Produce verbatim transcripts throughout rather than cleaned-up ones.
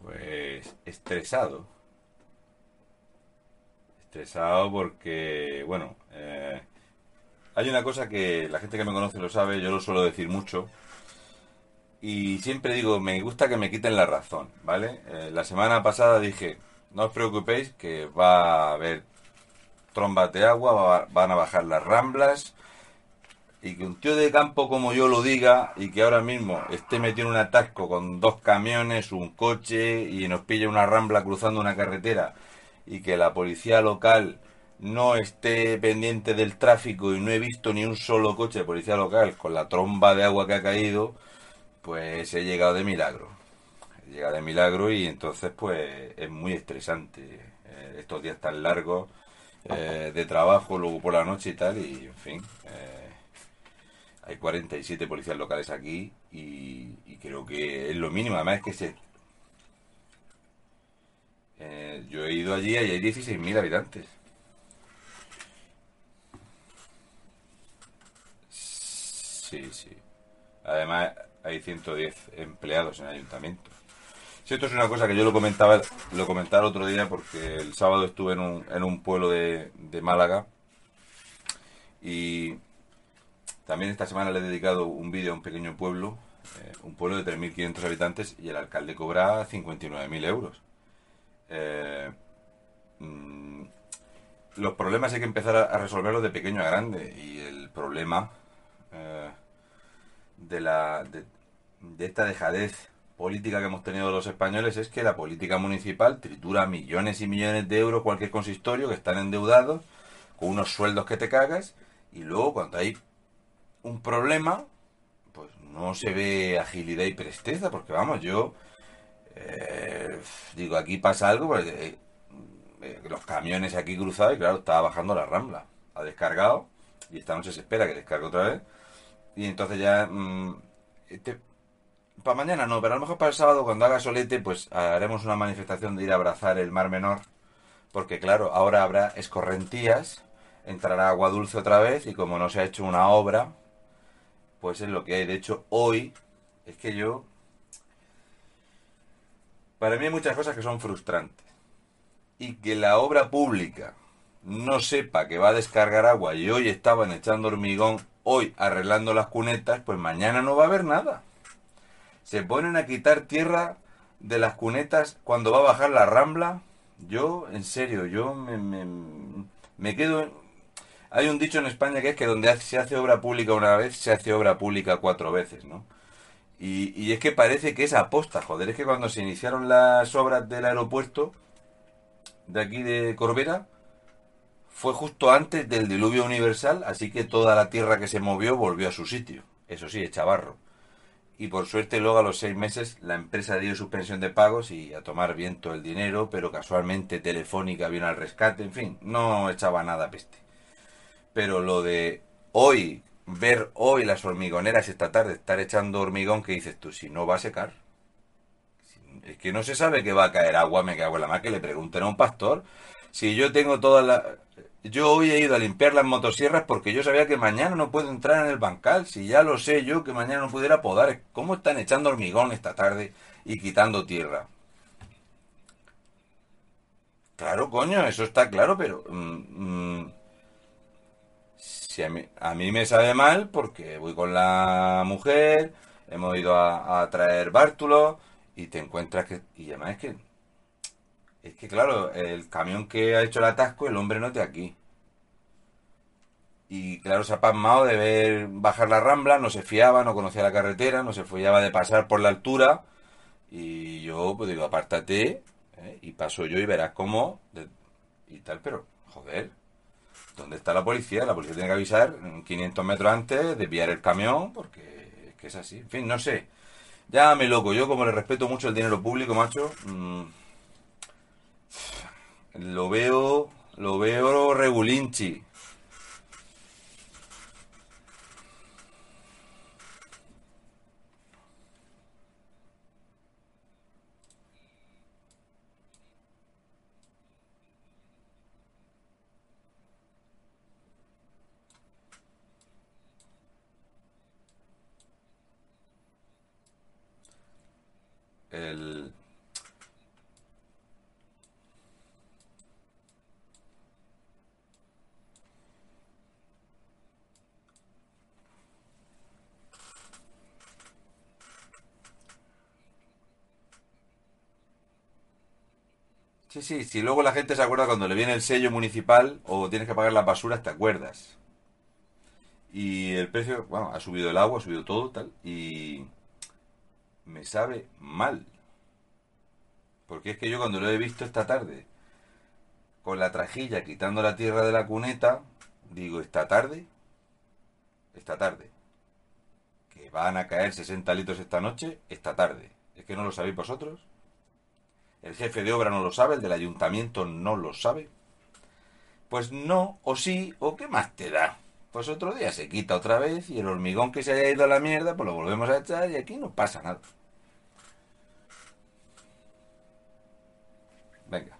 Pues estresado. Estresado porque, bueno, eh, hay una cosa que la gente que me conoce lo sabe, yo lo suelo decir mucho. Y siempre digo, me gusta que me quiten la razón, ¿vale? Eh, la semana pasada dije, no os preocupéis que va a haber trombas de agua, va- van a bajar las ramblas. Y que un tío de campo como yo lo diga y que ahora mismo esté metido en un atasco con dos camiones, un coche y nos pille una rambla cruzando una carretera y que la policía local no esté pendiente del tráfico y no he visto ni un solo coche de policía local con la tromba de agua que ha caído, pues he llegado de milagro. He llegado de milagro y entonces pues es muy estresante eh, estos días tan largos eh, de trabajo, luego por la noche y tal, y en fin. eh, hay cuarenta y siete policías locales aquí y, y creo que es lo mínimo. Además es que se, eh, yo he ido allí y hay dieciséis mil habitantes. Sí, sí. Además hay ciento diez empleados en el ayuntamiento. Sí, esto es una cosa que yo lo comentaba, lo comentaba el otro día porque el sábado estuve en un, en un pueblo de, de Málaga y también esta semana le he dedicado un vídeo a un pequeño pueblo, eh, un pueblo de tres mil quinientos habitantes y el alcalde cobra cincuenta y nueve mil euros. Eh, mm, los problemas hay que empezar a, a resolverlos de pequeño a grande y el problema eh, de la de, de esta dejadez política que hemos tenido los españoles es que la política municipal tritura millones y millones de euros cualquier consistorio que están endeudados con unos sueldos que te cagas y luego cuando hay un problema pues no se ve agilidad y presteza porque vamos yo eh, digo aquí pasa algo pues, eh, eh, los camiones aquí cruzados y claro, estaba bajando la Rambla. Ha descargado y esta noche se espera que descargue otra vez. Y entonces ya... mmm, este, para mañana no, pero a lo mejor para el sábado cuando haga solete pues haremos una manifestación de ir a abrazar el Mar Menor. Porque claro, ahora habrá escorrentías, entrará agua dulce otra vez y como no se ha hecho una obra, pues es lo que hay. De hecho, hoy es que yo... Para mí hay muchas cosas que son frustrantes. Y que la obra pública no sepa que va a descargar agua y hoy estaban echando hormigón, hoy arreglando las cunetas, pues mañana no va a haber nada. Se ponen a quitar tierra de las cunetas cuando va a bajar la rambla. Yo, en serio, yo me, me, me quedo... Hay un dicho en España que es que donde se hace obra pública una vez, se hace obra pública cuatro veces, ¿no? Y, y es que parece que es aposta, joder. Es que cuando se iniciaron las obras del aeropuerto de aquí de Corbera, fue justo antes del diluvio universal, así que toda la tierra que se movió volvió a su sitio. Eso sí, echa barro. Y por suerte luego a los seis meses la empresa dio suspensión de pagos y a tomar viento el dinero, pero casualmente Telefónica vino al rescate, en fin, no echaba nada peste. Pero lo de hoy, ver hoy las hormigoneras esta tarde estar echando hormigón, que dices tú, si no va a secar. Es que no se sabe que va a caer agua, me cago en la mar, que le pregunten a un pastor. Si yo tengo todas las... Yo hoy he ido a limpiar las motosierras porque yo sabía que mañana no puedo entrar en el bancal. Si ya lo sé yo que mañana no pudiera podar. ¿Cómo están echando hormigón esta tarde y quitando tierra? Claro, coño, eso está claro, pero... mm, mm, si a mí, a mí me sabe mal porque voy con la mujer, hemos ido a, a traer bártulos y te encuentras que... Y además es que Es que claro, el camión que ha hecho el atasco, el hombre no es de aquí. Y claro, se ha pasmado de ver bajar la rambla, no se fiaba, no conocía la carretera, no se fiaba de pasar por la altura. Y yo, pues digo, apártate, ¿eh? Y paso yo y verás cómo. de- y tal, pero, joder, ¿dónde está la policía? La policía tiene que avisar mm, quinientos metros antes, desviar el camión, porque es que es así. En fin, no sé. Llámame loco, yo como le respeto mucho el dinero público, macho, mm, lo veo, lo veo regulinchi. El, Sí, sí, si luego la gente se acuerda cuando le viene el sello municipal o tienes que pagar las basuras, te acuerdas. Y el precio, bueno, ha subido el agua, ha subido todo, tal, y me sabe mal. Porque es que yo cuando lo he visto esta tarde, con la trajilla quitando la tierra de la cuneta, digo, esta tarde, esta tarde, que van a caer sesenta litros esta noche, esta tarde. ¿Es que no lo sabéis vosotros? El jefe de obra no lo sabe, el del ayuntamiento no lo sabe. Pues no, o sí, o qué más te da. Pues otro día se quita otra vez y el hormigón que se haya ido a la mierda, pues lo volvemos a echar y aquí no pasa nada. Venga.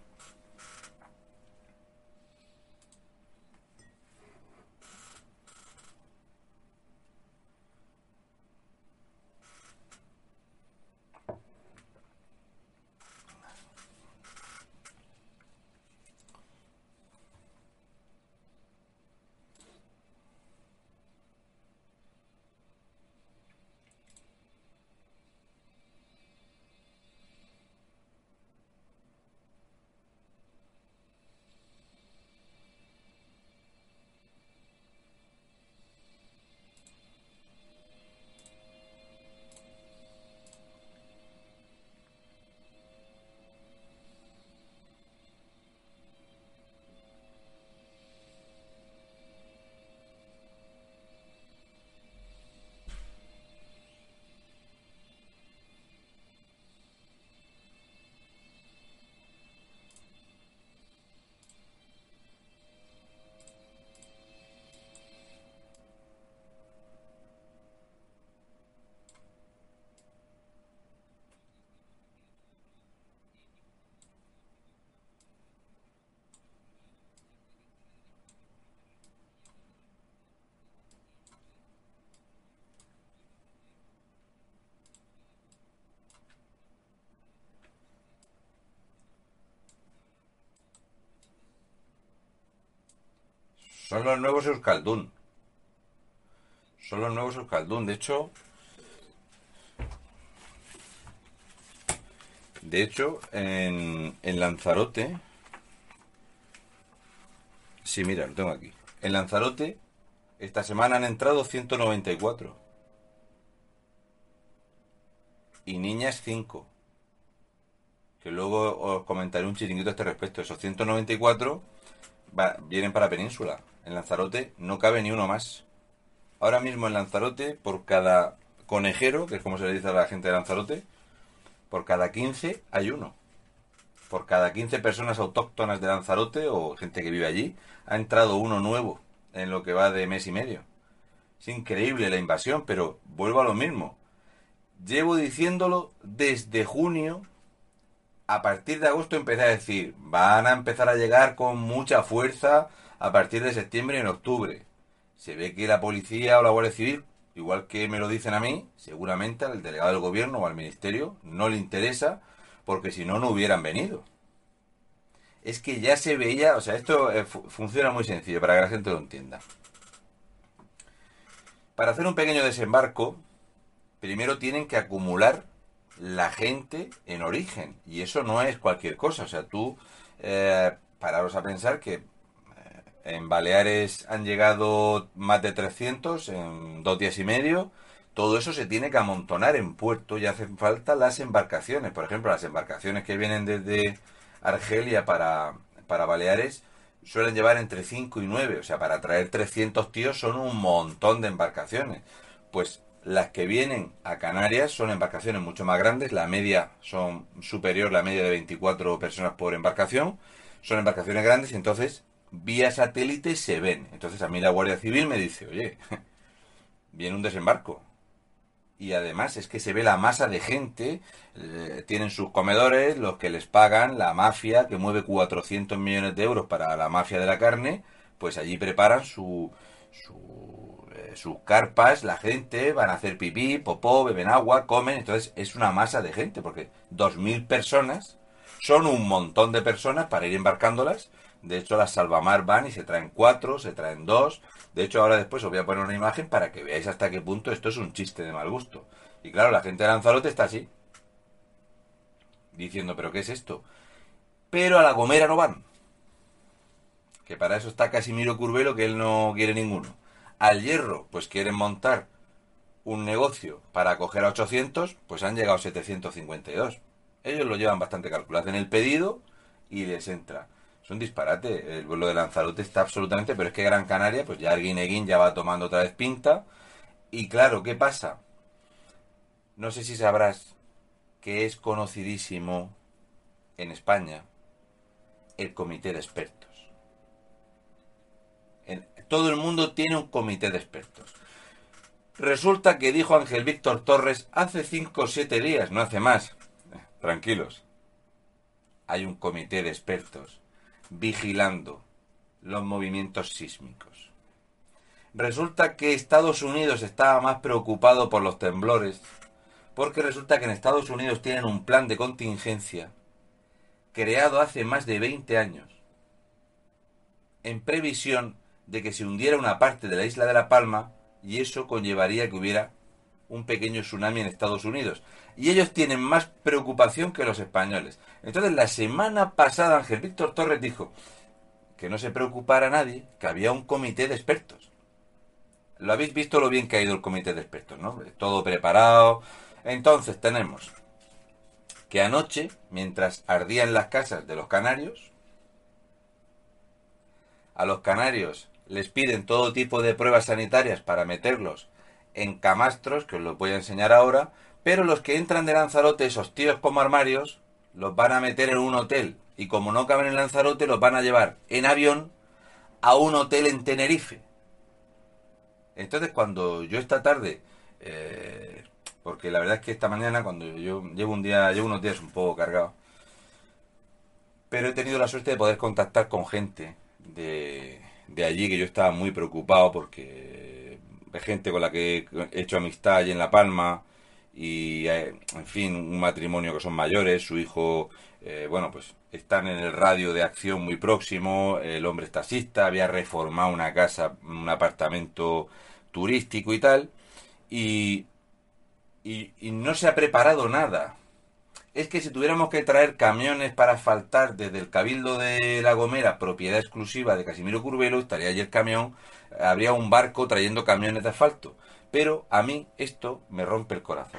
Son los nuevos Euskaldun. Son los nuevos Euskaldun. De hecho, de hecho, en, en Lanzarote. Sí, mira, lo tengo aquí. En Lanzarote, esta semana han entrado ciento noventa y cuatro. Y niñas cinco. Que luego os comentaré un chiringuito a este respecto. Esos ciento noventa y cuatro va, vienen para Península. En Lanzarote no cabe ni uno más. Ahora mismo en Lanzarote, por cada conejero, que es como se le dice a la gente de Lanzarote, por cada quince hay uno. Por cada quince personas autóctonas de Lanzarote o gente que vive allí, ha entrado uno nuevo en lo que va de mes y medio. Es increíble la invasión, pero vuelvo a lo mismo. Llevo diciéndolo desde junio. A partir de agosto empecé a decir, van a empezar a llegar con mucha fuerza a partir de septiembre y en octubre. Se ve que la policía o la Guardia Civil, igual que me lo dicen a mí, seguramente al delegado del gobierno o al ministerio no le interesa, porque si no, no hubieran venido. Es que ya se veía, o sea, esto eh, fu- funciona muy sencillo para que la gente lo entienda. Para hacer un pequeño desembarco, primero tienen que acumular la gente en origen. Y eso no es cualquier cosa. O sea, tú, eh, pararos a pensar que eh, en Baleares han llegado más de trescientos en dos días y medio. Todo eso se tiene que amontonar en puerto y hacen falta las embarcaciones. Por ejemplo, las embarcaciones que vienen desde Argelia para, para Baleares suelen llevar entre cinco y nueve. O sea, para traer trescientos tíos son un montón de embarcaciones. Pues las que vienen a Canarias son embarcaciones mucho más grandes, la media son superior, la media de veinticuatro personas por embarcación, son embarcaciones grandes y entonces vía satélite se ven. Entonces a mí la Guardia Civil me dice, oye, viene un desembarco. Y además es que se ve la masa de gente, eh, tienen sus comedores, los que les pagan, la mafia que mueve cuatrocientos millones de euros para la mafia de la carne, pues allí preparan su, su, eh, sus carpas, la gente, van a hacer pipí, popó, beben agua, comen, entonces es una masa de gente, porque dos mil personas son un montón de personas para ir embarcándolas. De hecho, las Salvamar van y se traen cuatro, se traen dos. De hecho, ahora después os voy a poner una imagen para que veáis hasta qué punto esto es un chiste de mal gusto. Y claro, la gente de Lanzarote está así, diciendo, ¿pero qué es esto? pero a La Gomera no van. Que para eso está Casimiro Curvelo, que él no quiere ninguno. Al Hierro, pues quieren montar un negocio para acoger a ochocientos, pues han llegado setecientos cincuenta y dos. Ellos lo llevan bastante calculado. Hacen el pedido y les entra. Es un disparate. El vuelo de Lanzarote está absolutamente... Pero es que Gran Canaria, pues ya Arguineguín ya va tomando otra vez pinta. Y claro, ¿qué pasa? No sé si sabrás que es conocidísimo en España el comité de expertos. En, todo el mundo tiene un comité de expertos. Resulta que dijo Ángel Víctor Torres hace cinco o siete días, no hace más. Eh, tranquilos. Hay un comité de expertos vigilando los movimientos sísmicos. Resulta que Estados Unidos estaba más preocupado por los temblores, porque resulta que en Estados Unidos tienen un plan de contingencia creado hace más de veinte años, en previsión de que se hundiera una parte de la isla de La Palma, y eso conllevaría que hubiera un pequeño tsunami en Estados Unidos. Y ellos tienen más preocupación que los españoles. Entonces, la semana pasada Ángel Víctor Torres dijo que no se preocupara nadie, que había un comité de expertos. Lo habéis visto lo bien que ha ido el comité de expertos, ¿no? Todo preparado. Entonces tenemos que anoche, mientras ardían las casas de los canarios, a los canarios les piden todo tipo de pruebas sanitarias para meterlos en camastros, que os los voy a enseñar ahora, pero los que entran de Lanzarote, esos tíos como armarios, los van a meter en un hotel. Y como no caben en Lanzarote, los van a llevar en avión a un hotel en Tenerife. Entonces, cuando yo esta tarde, eh, porque la verdad es que esta mañana, cuando yo llevo un día, llevo unos días un poco cargado, pero he tenido la suerte de poder contactar con gente de, de allí, que yo estaba muy preocupado porque hay gente con la que he hecho amistad allí en La Palma y, eh, en fin, un matrimonio que son mayores, su hijo, eh, bueno, pues están en el radio de acción muy próximo, el hombre es taxista, había reformado una casa, un apartamento turístico y tal, y, y, y no se ha preparado nada. Es que si tuviéramos que traer camiones para asfaltar desde el Cabildo de La Gomera, propiedad exclusiva de Casimiro Curvelo, estaría allí el camión, habría un barco trayendo camiones de asfalto. Pero a mí esto me rompe el corazón.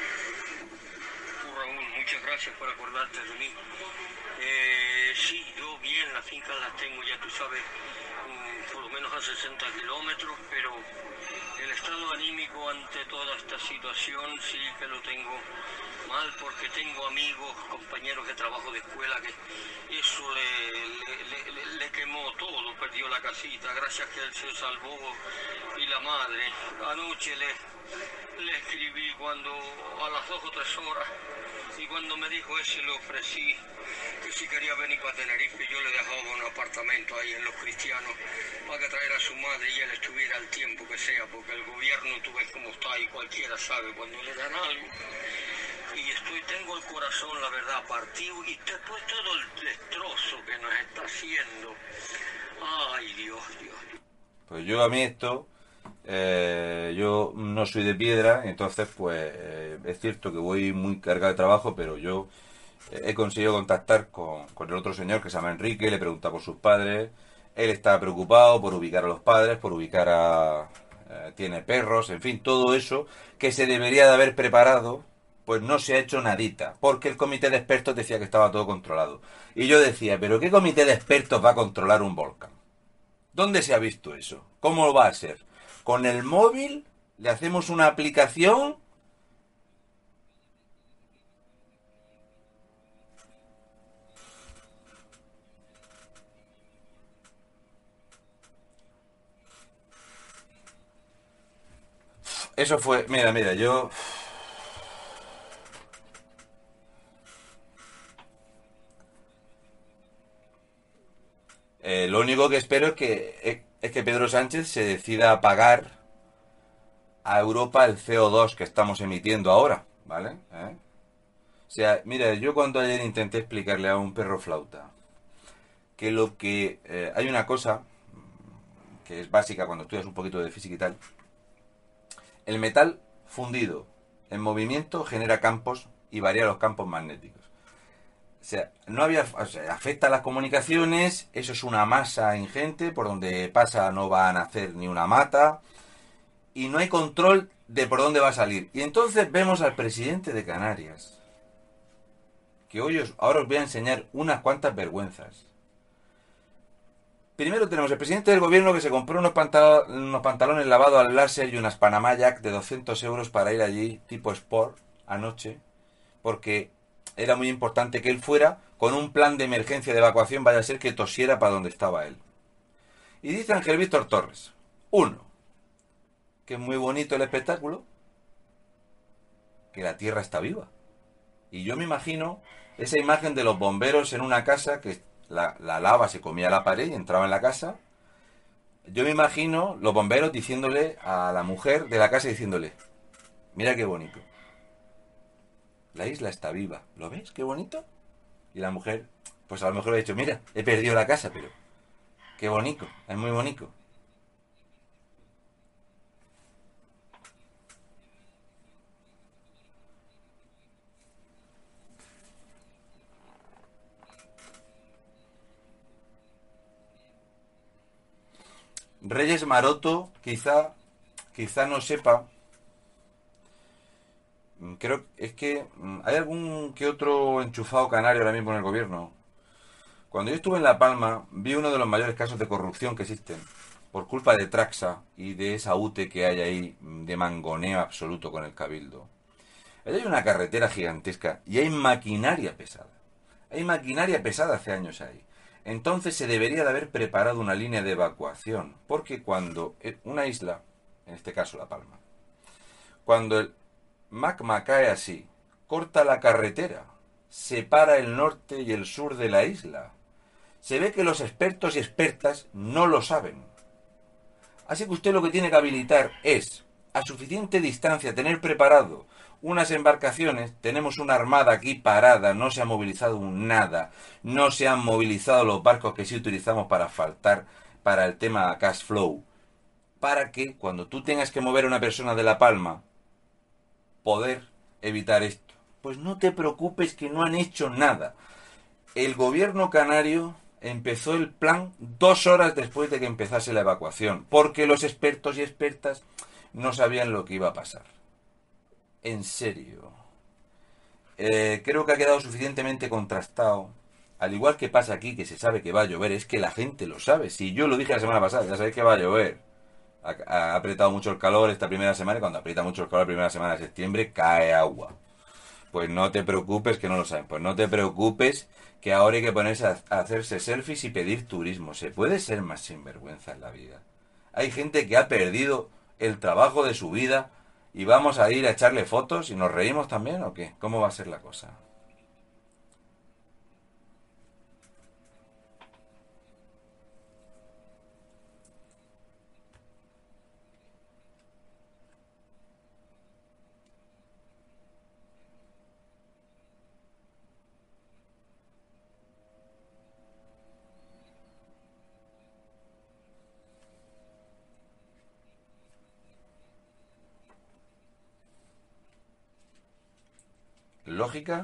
Raúl, muchas gracias por acordarte de mí. Eh, sí, yo bien, las fincas las tengo, ya tú sabes, mm, por lo menos a sesenta kilómetros, pero el estado anímico ante toda esta situación sí que lo tengo mal, porque tengo amigos, compañeros de trabajo de escuela, que eso le, le, le, le quemó todo, perdió la casita, gracias que él se salvó, y la madre. Anoche le, le escribí cuando a las dos o tres horas, y cuando me dijo ese le ofrecí que si quería venir para Tenerife, yo le dejaba un apartamento ahí en Los Cristianos para que trajera a su madre y él estuviera al tiempo que sea, porque el gobierno, tú ves cómo está y cualquiera sabe cuando le dan algo. Y estoy, tengo el corazón, la verdad, partido, y después todo el destrozo que nos está haciendo. Ay, Dios, Dios. Pues yo a mí esto, eh, yo no soy de piedra, entonces pues eh, es cierto que voy muy cargado de trabajo, pero yo eh, he conseguido contactar con, con el otro señor que se llama Enrique, le pregunta por sus padres, él está preocupado por ubicar a los padres, por ubicar a... Eh, tiene perros, en fin, todo eso que se debería de haber preparado, pues no se ha hecho nadita, porque el comité de expertos decía que estaba todo controlado. Y yo decía, ¿pero qué comité de expertos va a controlar un volcán? ¿Dónde se ha visto eso? ¿Cómo lo va a ser? ¿Con el móvil? ¿Le hacemos una aplicación? Eso fue... Mira, mira, yo... Eh, lo único que espero es que, es que Pedro Sánchez se decida a pagar a Europa el C O dos que estamos emitiendo ahora, ¿vale? ¿Eh? O sea, mira, yo cuando ayer intenté explicarle a un perro flauta que lo que... Eh, hay una cosa que es básica cuando estudias un poquito de física y tal. El metal fundido en movimiento genera campos y varía los campos magnéticos. O sea, no había, o sea, afecta a las comunicaciones, eso es una masa ingente, por donde pasa no van a hacer ni una mata, y no hay control de por dónde va a salir. Y entonces vemos al presidente de Canarias, que hoy os, ahora os voy a enseñar unas cuantas vergüenzas. Primero tenemos el presidente del gobierno que se compró unos, pantalo- unos pantalones lavados al láser y unas Panamá Jack de doscientos euros para ir allí, tipo sport, anoche, porque era muy importante que él fuera con un plan de emergencia de evacuación, vaya a ser que tosiera para donde estaba él. Y dice Ángel Víctor Torres, uno, que es muy bonito el espectáculo, que la Tierra está viva. Y yo me imagino esa imagen de los bomberos en una casa que la, la lava se comía la pared y entraba en la casa. Yo me imagino los bomberos diciéndole a la mujer de la casa, diciéndole, mira qué bonito, la isla está viva, ¿lo ves? Qué bonito. Y la mujer, pues a lo mejor le ha dicho, mira, he perdido la casa, pero qué bonito, es muy bonito. Reyes Maroto quizá, quizá no sepa. Creo es que mm, hay algún que otro enchufado canario ahora mismo en el gobierno. Cuando yo estuve en La Palma, vi uno de los mayores casos de corrupción que existen. Por culpa de Traxa y de esa U T E que hay ahí mm, de mangoneo absoluto con el cabildo. Ahí hay una carretera gigantesca y hay maquinaria pesada. Hay maquinaria pesada hace años ahí. Entonces se debería de haber preparado una línea de evacuación. Porque cuando eh, una isla, en este caso La Palma, cuando el magma cae así, corta la carretera, separa el norte y el sur de la isla. Se ve que los expertos y expertas no lo saben. Así que usted lo que tiene que habilitar es, a suficiente distancia, tener preparado unas embarcaciones. Tenemos una armada aquí parada, no se ha movilizado nada, no se han movilizado los barcos que sí utilizamos para asfaltar, para el tema cash flow, para que cuando tú tengas que mover a una persona de La Palma, poder evitar esto. Pues no te preocupes que no han hecho nada. El gobierno canario empezó el plan dos horas después de que empezase la evacuación, porque los expertos y expertas no sabían lo que iba a pasar. En serio. Eh, creo que ha quedado suficientemente contrastado. Al igual que pasa aquí, que se sabe que va a llover, es que la gente lo sabe. Si yo lo dije la semana pasada, ya sabéis que va a llover. Ha, ha apretado mucho el calor esta primera semana y cuando aprieta mucho el calor la primera semana de septiembre cae agua. Pues no te preocupes que no lo saben. Pues no te preocupes que ahora hay que ponerse a, a hacerse selfies y pedir turismo. Se puede ser más sinvergüenza en la vida. Hay gente que ha perdido el trabajo de su vida y vamos a ir a echarle fotos y nos reímos también o qué. ¿Cómo va a ser la cosa? ¿Lógica?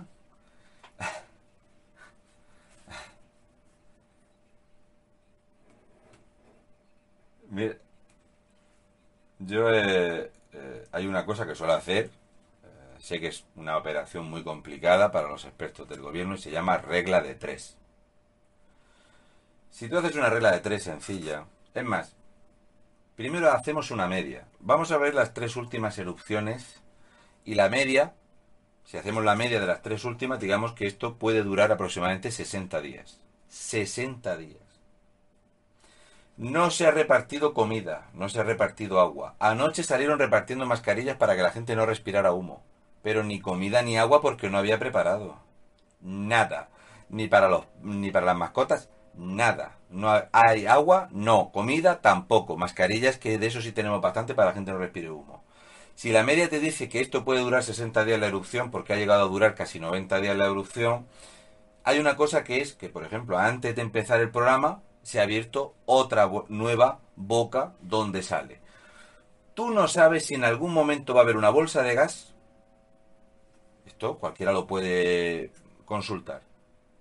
Mira, yo eh, eh, hay una cosa que suelo hacer. eh, sé que es una operación muy complicada para los expertos del gobierno y se llama regla de tres. Si tú haces una regla de tres sencilla, es más, primero hacemos una media. Vamos a ver las tres últimas erupciones y la media. Si hacemos la media de las tres últimas, digamos que esto puede durar aproximadamente sesenta días. sesenta días. No se ha repartido comida, no se ha repartido agua. Anoche salieron repartiendo mascarillas para que la gente no respirara humo. Pero ni comida ni agua porque no había preparado. Nada. Ni para los, ni para las mascotas, nada. No hay agua, no. Comida, tampoco. Mascarillas, que de eso sí tenemos bastante para que la gente no respire humo. Si la media te dice que esto puede durar sesenta días la erupción, porque ha llegado a durar casi noventa días la erupción, hay una cosa que es que, por ejemplo, antes de empezar el programa, se ha abierto otra nueva boca donde sale. Tú no sabes si en algún momento va a haber una bolsa de gas. Esto cualquiera lo puede consultar.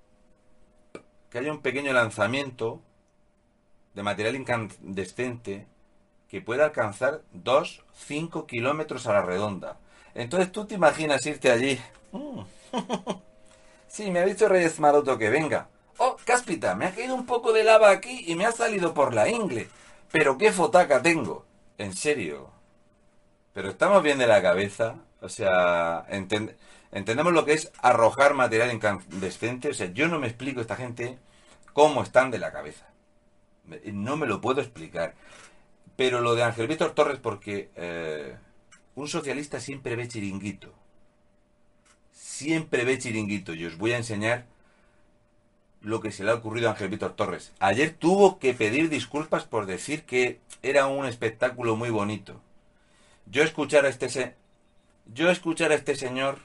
que haya un pequeño lanzamiento de material incandescente que pueda alcanzar dos cinco kilómetros a la redonda. Entonces tú te imaginas irte allí. Mm, sí, me ha dicho Reyes Maroto que venga. Oh, cáspita, me ha caído un poco de lava aquí y me ha salido por la ingle. Pero qué fotaca tengo. En serio. Pero estamos bien de la cabeza. O sea, entend- entendemos lo que es arrojar material incandescente. O sea, yo no me explico a esta gente cómo están de la cabeza. No me lo puedo explicar. Pero lo de Ángel Víctor Torres, porque eh, un socialista siempre ve chiringuito. Siempre ve chiringuito. Y os voy a enseñar lo que se le ha ocurrido a Ángel Víctor Torres. Ayer tuvo que pedir disculpas por decir que era un espectáculo muy bonito. Yo escuchar a este se... yo escuchar a este señor,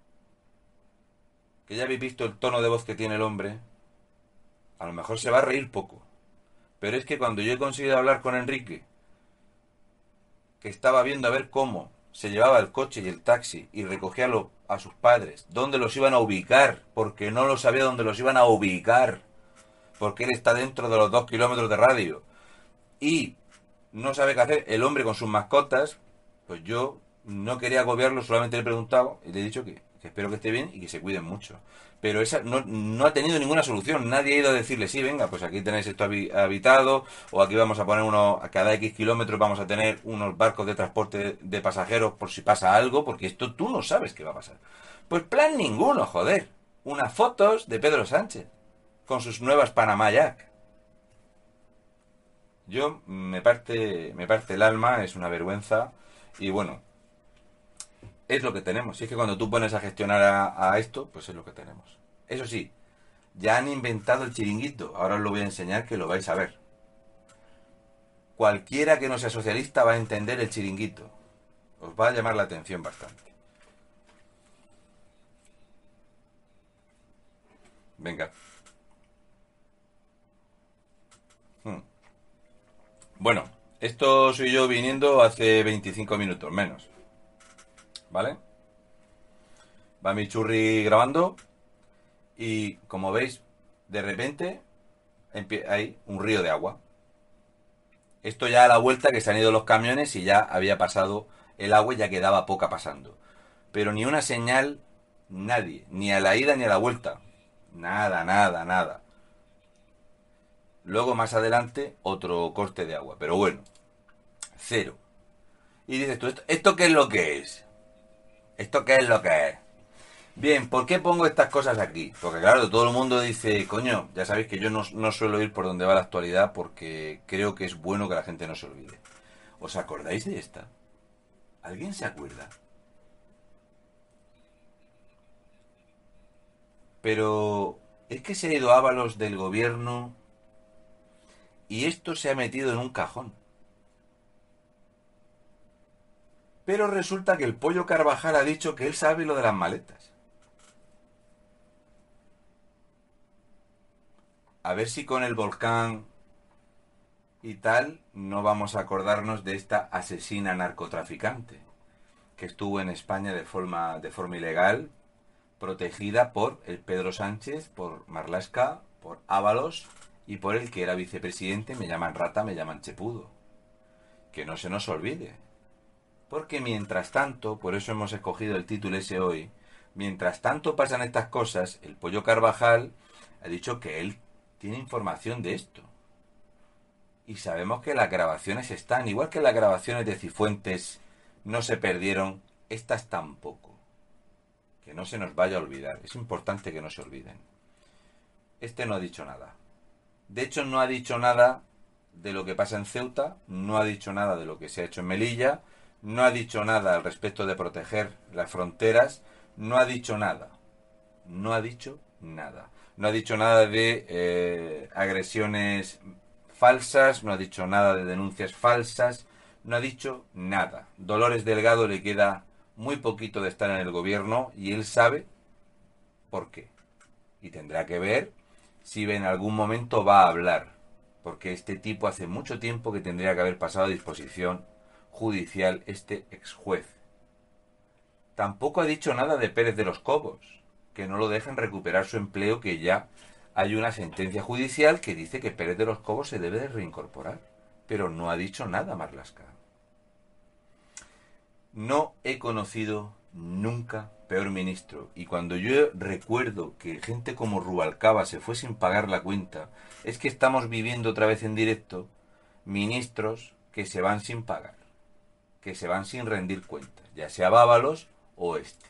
que ya habéis visto el tono de voz que tiene el hombre, a lo mejor se va a reír poco. Pero es que cuando yo he conseguido hablar con Enrique, que estaba viendo a ver cómo se llevaba el coche y el taxi y recogía lo- a sus padres, dónde los iban a ubicar, porque no lo sabía dónde los iban a ubicar, porque él está dentro de los dos kilómetros de radio y no sabe qué hacer el hombre con sus mascotas, pues yo no quería agobiarlo, solamente le he preguntado y le he dicho que, que espero que esté bien y que se cuiden mucho. Pero esa no, no ha tenido ninguna solución. Nadie ha ido a decirle, sí, venga, pues aquí tenéis esto habi- habitado, o aquí vamos a poner uno, a cada X kilómetros vamos a tener unos barcos de transporte de pasajeros por si pasa algo, porque esto tú no sabes qué va a pasar. Pues plan ninguno, joder. Unas fotos de Pedro Sánchez, con sus nuevas Panamá Jack. Yo me parte, me parte el alma, es una vergüenza, y bueno, es lo que tenemos. Si es que cuando tú pones a gestionar a, a esto, pues es lo que tenemos. Eso sí, ya han inventado el chiringuito. Ahora os lo voy a enseñar que lo vais a ver. Cualquiera que no sea socialista va a entender el chiringuito. Os va a llamar la atención bastante. Venga. Hmm. Bueno, esto soy yo viniendo hace veinticinco minutos, menos. ¿Vale? Va mi churri grabando y como veis, de repente hay un río de agua. Esto ya a la vuelta que se han ido los camiones y ya había pasado el agua y ya quedaba poca pasando. Pero ni una señal, nadie, ni a la ida ni a la vuelta. Nada, nada, nada. Luego más adelante otro corte de agua. Pero bueno, cero. Y dices tú, ¿esto, ¿esto qué es lo que es? ¿Esto qué es lo que es? Bien, ¿por qué pongo estas cosas aquí? Porque claro, todo el mundo dice, coño, ya sabéis que yo no, no suelo ir por donde va la actualidad porque creo que es bueno que la gente no se olvide. ¿Os acordáis de esta? ¿Alguien se acuerda? Pero es que se ha ido Ábalos del gobierno y esto se ha metido en un cajón. Pero resulta que el pollo Carvajal ha dicho que él sabe lo de las maletas. A ver si con el volcán y tal no vamos a acordarnos de esta asesina narcotraficante que estuvo en España de forma, de forma ilegal, protegida por el Pedro Sánchez, por Marlaska, por Ábalos y por el que era vicepresidente, me llaman rata, me llaman chepudo. Que no se nos olvide. Porque mientras tanto, por eso hemos escogido el título ese hoy, mientras tanto pasan estas cosas, el pollo Carvajal ha dicho que él tiene información de esto. Y sabemos que las grabaciones están, igual que las grabaciones de Cifuentes no se perdieron, estas tampoco. Que no se nos vaya a olvidar, es importante que no se olviden. Este no ha dicho nada. De hecho, no ha dicho nada de lo que pasa en Ceuta, no ha dicho nada de lo que se ha hecho en Melilla, no ha dicho nada al respecto de proteger las fronteras, no ha dicho nada. No ha dicho nada. No ha dicho nada de eh, agresiones falsas, no ha dicho nada de denuncias falsas, no ha dicho nada. Dolores Delgado le queda muy poquito de estar en el gobierno y él sabe por qué. Y tendrá que ver si en algún momento va a hablar, porque este tipo hace mucho tiempo que tendría que haber pasado a disposición judicial este ex juez. Tampoco ha dicho nada de Pérez de los Cobos, que no lo dejan recuperar su empleo que ya hay una sentencia judicial que dice que Pérez de los Cobos se debe de reincorporar, pero no ha dicho nada Marlaska. No he conocido nunca peor ministro, y cuando yo recuerdo que gente como Rubalcaba se fue sin pagar la cuenta, es que estamos viviendo otra vez en directo ministros que se van sin pagar, que se van sin rendir cuentas, ya sea Bábalos o este.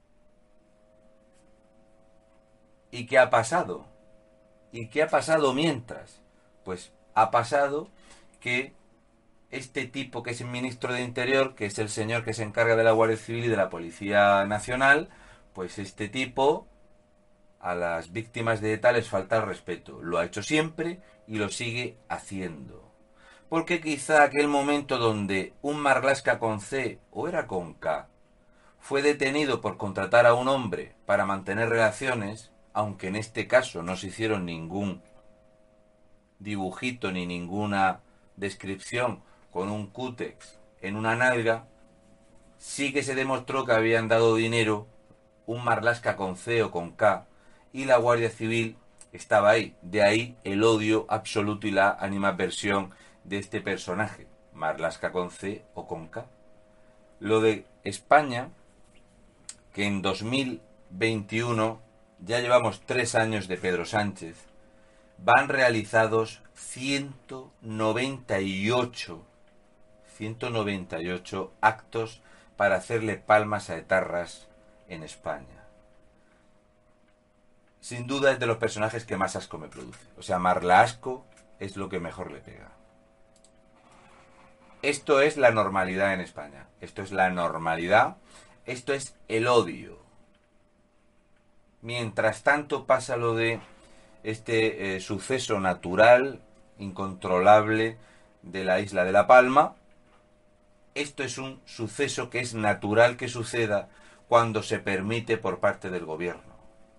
¿Y qué ha pasado? ¿Y qué ha pasado mientras? Pues ha pasado que este tipo que es el ministro de Interior, que es el señor que se encarga de la Guardia Civil y de la Policía Nacional, pues este tipo a las víctimas de ETA les falta el respeto. Lo ha hecho siempre y lo sigue haciendo. Porque quizá aquel momento donde un Marlaska con C, o era con K, fue detenido por contratar a un hombre para mantener relaciones, aunque en este caso no se hicieron ningún dibujito ni ninguna descripción con un cútex en una nalga, sí que se demostró que habían dado dinero un Marlaska con C o con K y la Guardia Civil estaba ahí. De ahí el odio absoluto y la animadversión de este personaje, Marlaska con C o con K. Lo de España, que en dos mil veintiuno ya llevamos tres años de Pedro Sánchez, van realizados ciento noventa y ocho actos para hacerle palmas a etarras en España. Sin duda es de los personajes que más asco me produce. O sea, Marlaasco es lo que mejor le pega. Esto es la normalidad en España. Esto es la normalidad. Esto es el odio. Mientras tanto pasa lo de este eh, suceso natural, incontrolable, de la isla de La Palma. Esto es un suceso que es natural que suceda cuando se permite por parte del gobierno.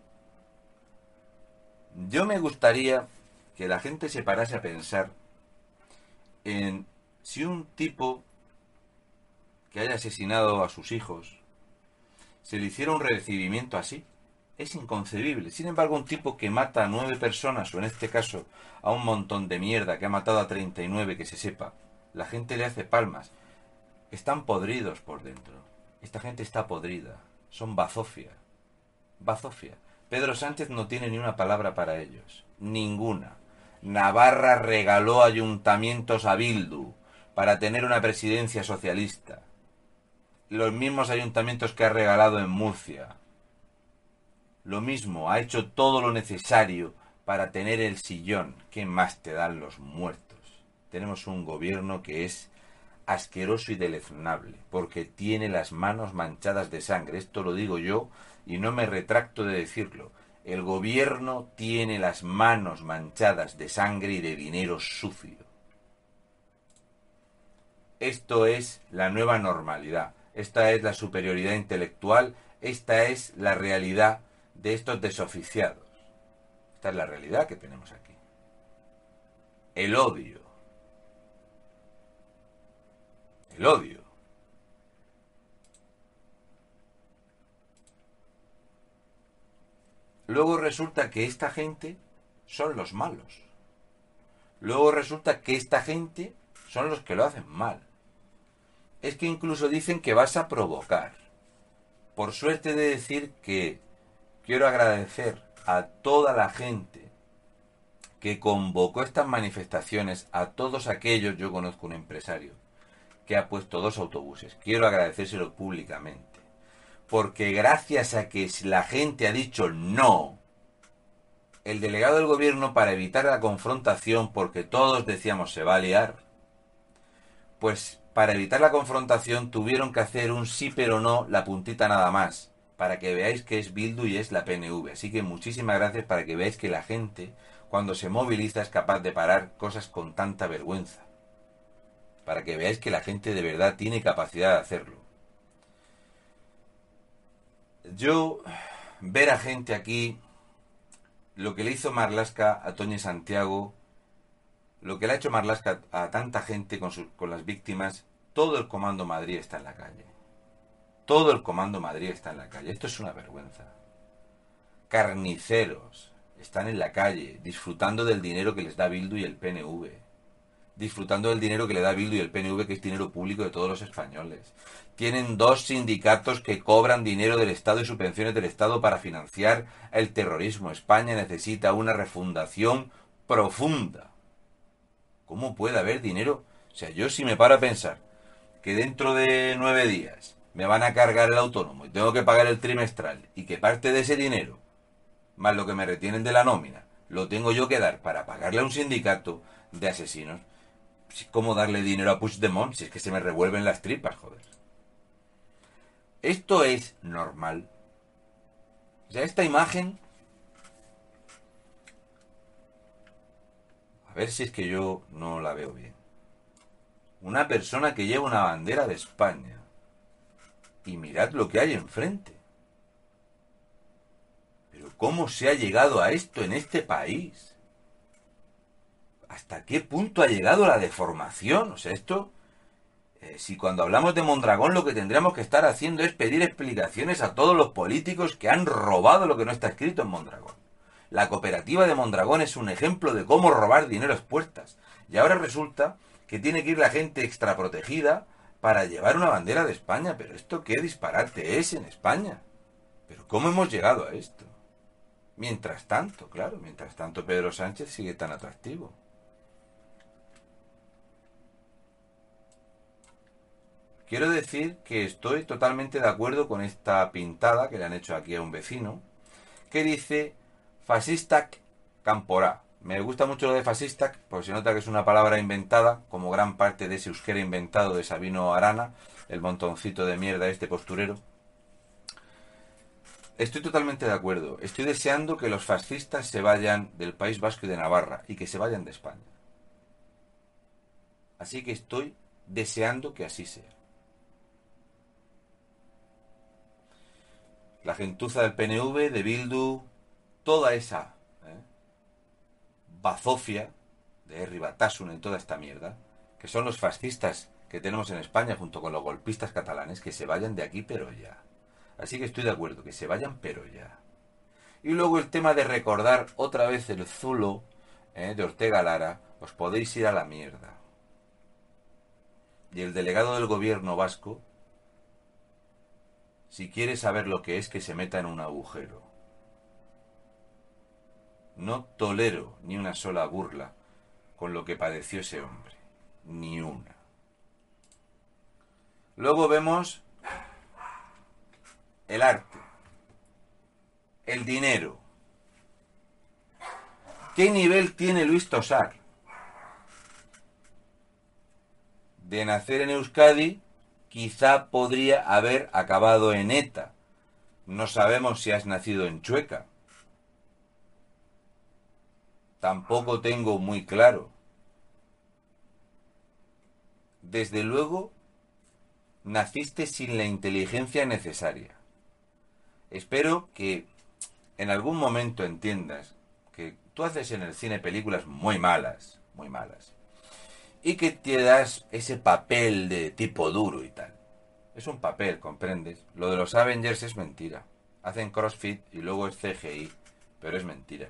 Yo me gustaría que la gente se parase a pensar en si un tipo que haya asesinado a sus hijos se le hiciera un recibimiento así. Es inconcebible. Sin embargo, un tipo que mata a nueve personas, o en este caso a un montón de mierda, que ha matado a treinta y nueve, que se sepa, la gente le hace palmas. Están podridos por dentro. Esta gente está podrida. Son bazofia. Bazofia. Pedro Sánchez no tiene ni una palabra para ellos. Ninguna. Navarra regaló ayuntamientos a Bildu para tener una presidencia socialista. Los mismos ayuntamientos que ha regalado en Murcia. Lo mismo, ha hecho todo lo necesario para tener el sillón. ¿Qué más te dan los muertos? Tenemos un gobierno que es asqueroso y deleznable, porque tiene las manos manchadas de sangre. Esto lo digo yo y no me retracto de decirlo. El gobierno tiene las manos manchadas de sangre y de dinero sucio. Esto es la nueva normalidad. Esta es la superioridad intelectual. Esta es la realidad de estos desoficiados. Esta es la realidad que tenemos aquí. El odio. El odio. Luego resulta que esta gente son los malos. Luego resulta que esta gente son los que lo hacen mal. Es que incluso dicen que vas a provocar. Por suerte de decir que quiero agradecer a toda la gente que convocó estas manifestaciones, a todos aquellos. Yo conozco un empresario que ha puesto dos autobuses. Quiero agradecérselo públicamente. Porque gracias a que la gente ha dicho no, el delegado del gobierno, para evitar la confrontación, porque todos decíamos se va a liar, pues para evitar la confrontación tuvieron que hacer un sí pero no, la puntita nada más, para que veáis que es Bildu y es la P N V. Así que muchísimas gracias, para que veáis que la gente, cuando se moviliza, es capaz de parar cosas con tanta vergüenza. Para que veáis que la gente de verdad tiene capacidad de hacerlo. Yo, ver a gente aquí, lo que le hizo Marlaska a Toñi Santiago, lo que le ha hecho Marlaska a tanta gente con, sus, con las víctimas, todo el Comando Madrid está en la calle. Todo el Comando Madrid está en la calle. Esto es una vergüenza. Carniceros. están en la calle, disfrutando del dinero que les da Bildu y el P N V. Disfrutando del dinero que le da Bildu y el P N V, que es dinero público de todos los españoles. Tienen dos sindicatos que cobran dinero del Estado y subvenciones del Estado para financiar el terrorismo. España necesita una refundación profunda. ¿Cómo puede haber dinero? O sea, yo si me paro a pensar que dentro de nueve días me van a cargar el autónomo y tengo que pagar el trimestral y que parte de ese dinero, más lo que me retienen de la nómina, lo tengo yo que dar para pagarle a un sindicato de asesinos. ¿Cómo darle dinero a Puigdemont si es que se me revuelven las tripas, joder? ¿Esto es normal? O sea, esta imagen... A ver si es que yo no la veo bien. Una persona que lleva una bandera de España. Y mirad lo que hay enfrente. Pero ¿cómo se ha llegado a esto en este país? ¿Hasta qué punto ha llegado la deformación? O sea, esto... Eh, si cuando hablamos de Mondragón lo que tendríamos que estar haciendo es pedir explicaciones a todos los políticos que han robado lo que no está escrito en Mondragón. La cooperativa de Mondragón es un ejemplo de cómo robar dinero a expuestas. Y ahora resulta que tiene que ir la gente extraprotegida para llevar una bandera de España. Pero esto qué disparate es en España. Pero ¿cómo hemos llegado a esto? Mientras tanto, claro, mientras tanto Pedro Sánchez sigue tan atractivo. Quiero decir que estoy totalmente de acuerdo con esta pintada que le han hecho aquí a un vecino, que dice fascistac camporá. Me gusta mucho lo de fascistac, porque se nota que es una palabra inventada, como gran parte de ese euskera inventado de Sabino Arana, el montoncito de mierda este posturero. Estoy totalmente de acuerdo. Estoy deseando que los fascistas se vayan del País Vasco y de Navarra, y que se vayan de España. Así que estoy deseando que así sea. La gentuza del P N V, de Bildu, toda esa ¿eh? bazofia de Herri Batasuna y toda esta mierda, que son los fascistas que tenemos en España junto con los golpistas catalanes, que se vayan de aquí pero ya. Así que estoy de acuerdo, que se vayan pero ya. Y luego el tema de recordar otra vez el zulo ¿eh? de Ortega Lara, os podéis ir a la mierda. Y el delegado del gobierno vasco, si quiere saber lo que es, que se meta en un agujero. No tolero ni una sola burla con lo que padeció ese hombre. Ni una. Luego vemos el arte. El dinero. ¿Qué nivel tiene Luis Tosar? De nacer en Euskadi, quizá podría haber acabado en ETA. No sabemos si has nacido en Chueca. Tampoco tengo muy claro. Desde luego, naciste sin la inteligencia necesaria. Espero que en algún momento entiendas que tú haces en el cine películas muy malas, muy malas. Y que te das ese papel de tipo duro y tal. Es un papel, ¿comprendes? Lo de los Avengers es mentira. Hacen CrossFit y luego es C G I, pero es mentira.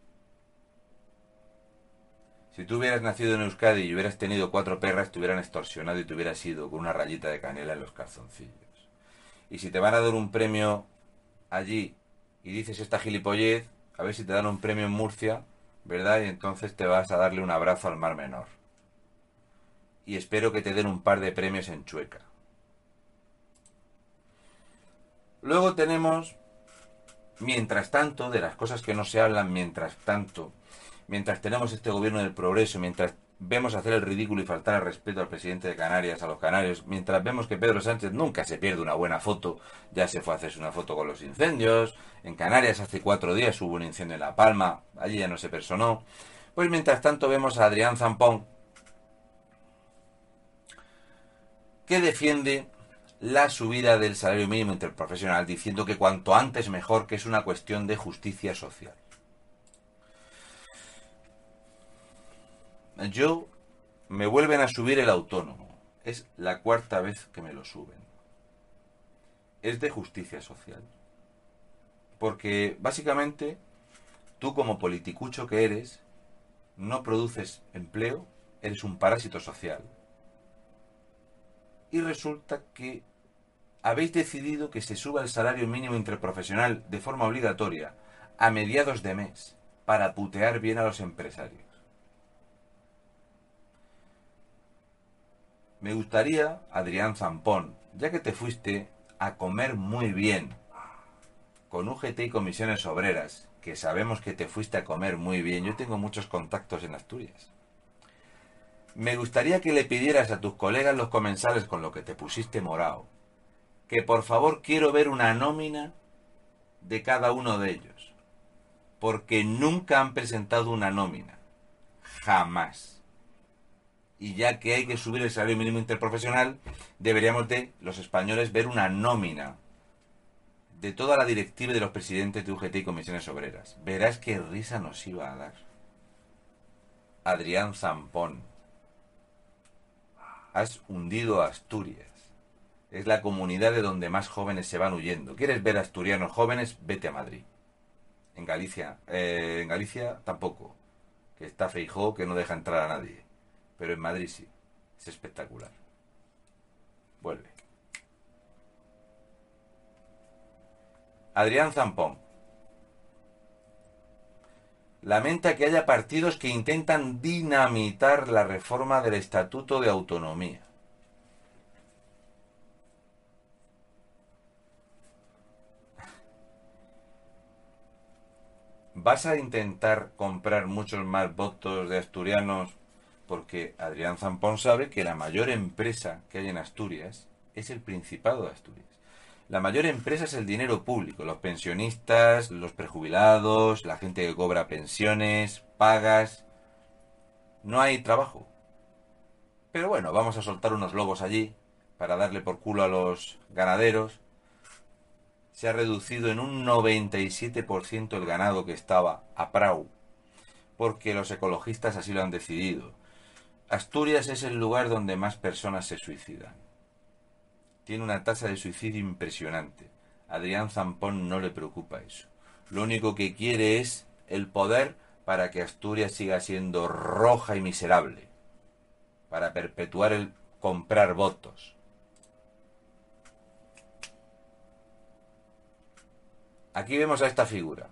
Si tú hubieras nacido en Euskadi y hubieras tenido cuatro perras, te hubieran extorsionado y te hubieras ido con una rayita de canela en los calzoncillos. Y si te van a dar un premio allí y dices esta gilipollez, a ver si te dan un premio en Murcia, ¿verdad? Y entonces te vas a darle un abrazo al Mar Menor. Y espero que te den un par de premios en Chueca. Luego tenemos, mientras tanto, de las cosas que no se hablan mientras tanto, mientras tenemos este gobierno del progreso, mientras vemos hacer el ridículo y faltar al respeto al presidente de Canarias, a los canarios, mientras vemos que Pedro Sánchez nunca se pierde una buena foto, ya se fue a hacerse una foto con los incendios, en Canarias hace cuatro días hubo un incendio en La Palma, allí ya no se personó, pues mientras tanto vemos a Adrián Zampón, que defiende la subida del salario mínimo interprofesional, diciendo que cuanto antes mejor, que es una cuestión de justicia social. Yo me vuelven a subir el autónomo. Es la cuarta vez que me lo suben. Es de justicia social. Porque básicamente tú como politicucho que eres, no produces empleo, eres un parásito social. Y resulta que habéis decidido que se suba el salario mínimo interprofesional de forma obligatoria a mediados de mes para putear bien a los empresarios. Me gustaría, Adrián Zampón, ya que te fuiste a comer muy bien con U G T y Comisiones Obreras, que sabemos que te fuiste a comer muy bien, yo tengo muchos contactos en Asturias, me gustaría que le pidieras a tus colegas los comensales con lo que te pusiste morao, que por favor quiero ver una nómina de cada uno de ellos, porque nunca han presentado una nómina, jamás. Y ya que hay que subir el salario mínimo interprofesional, deberíamos de, los españoles, ver una nómina de toda la directiva y de los presidentes de U G T y Comisiones Obreras. Verás qué risa nos iba a dar. Adrián Zampón, has hundido a Asturias. Es la comunidad de donde más jóvenes se van huyendo. ¿Quieres ver asturianos jóvenes? Vete a Madrid. En Galicia, eh, en Galicia tampoco, que está Feijóo, que no deja entrar a nadie. Pero en Madrid sí, es espectacular. Vuelve. Adrián Zampón. Lamenta que haya partidos que intentan dinamitar la reforma del Estatuto de Autonomía. ¿Vas a intentar comprar muchos más votos de asturianos? Porque Adrián Zampón sabe que la mayor empresa que hay en Asturias es el Principado de Asturias. La mayor empresa es el dinero público, los pensionistas, los prejubilados, la gente que cobra pensiones, pagas. No hay trabajo. Pero bueno, vamos a soltar unos lobos allí para darle por culo a los ganaderos. Se ha reducido en un noventa y siete por ciento el ganado que estaba a prau, porque los ecologistas así lo han decidido. Asturias es el lugar donde más personas se suicidan. Tiene una tasa de suicidio impresionante. A Adrián Zampón no le preocupa eso. Lo único que quiere es el poder para que Asturias siga siendo roja y miserable. Para perpetuar el comprar votos. Aquí vemos a esta figura.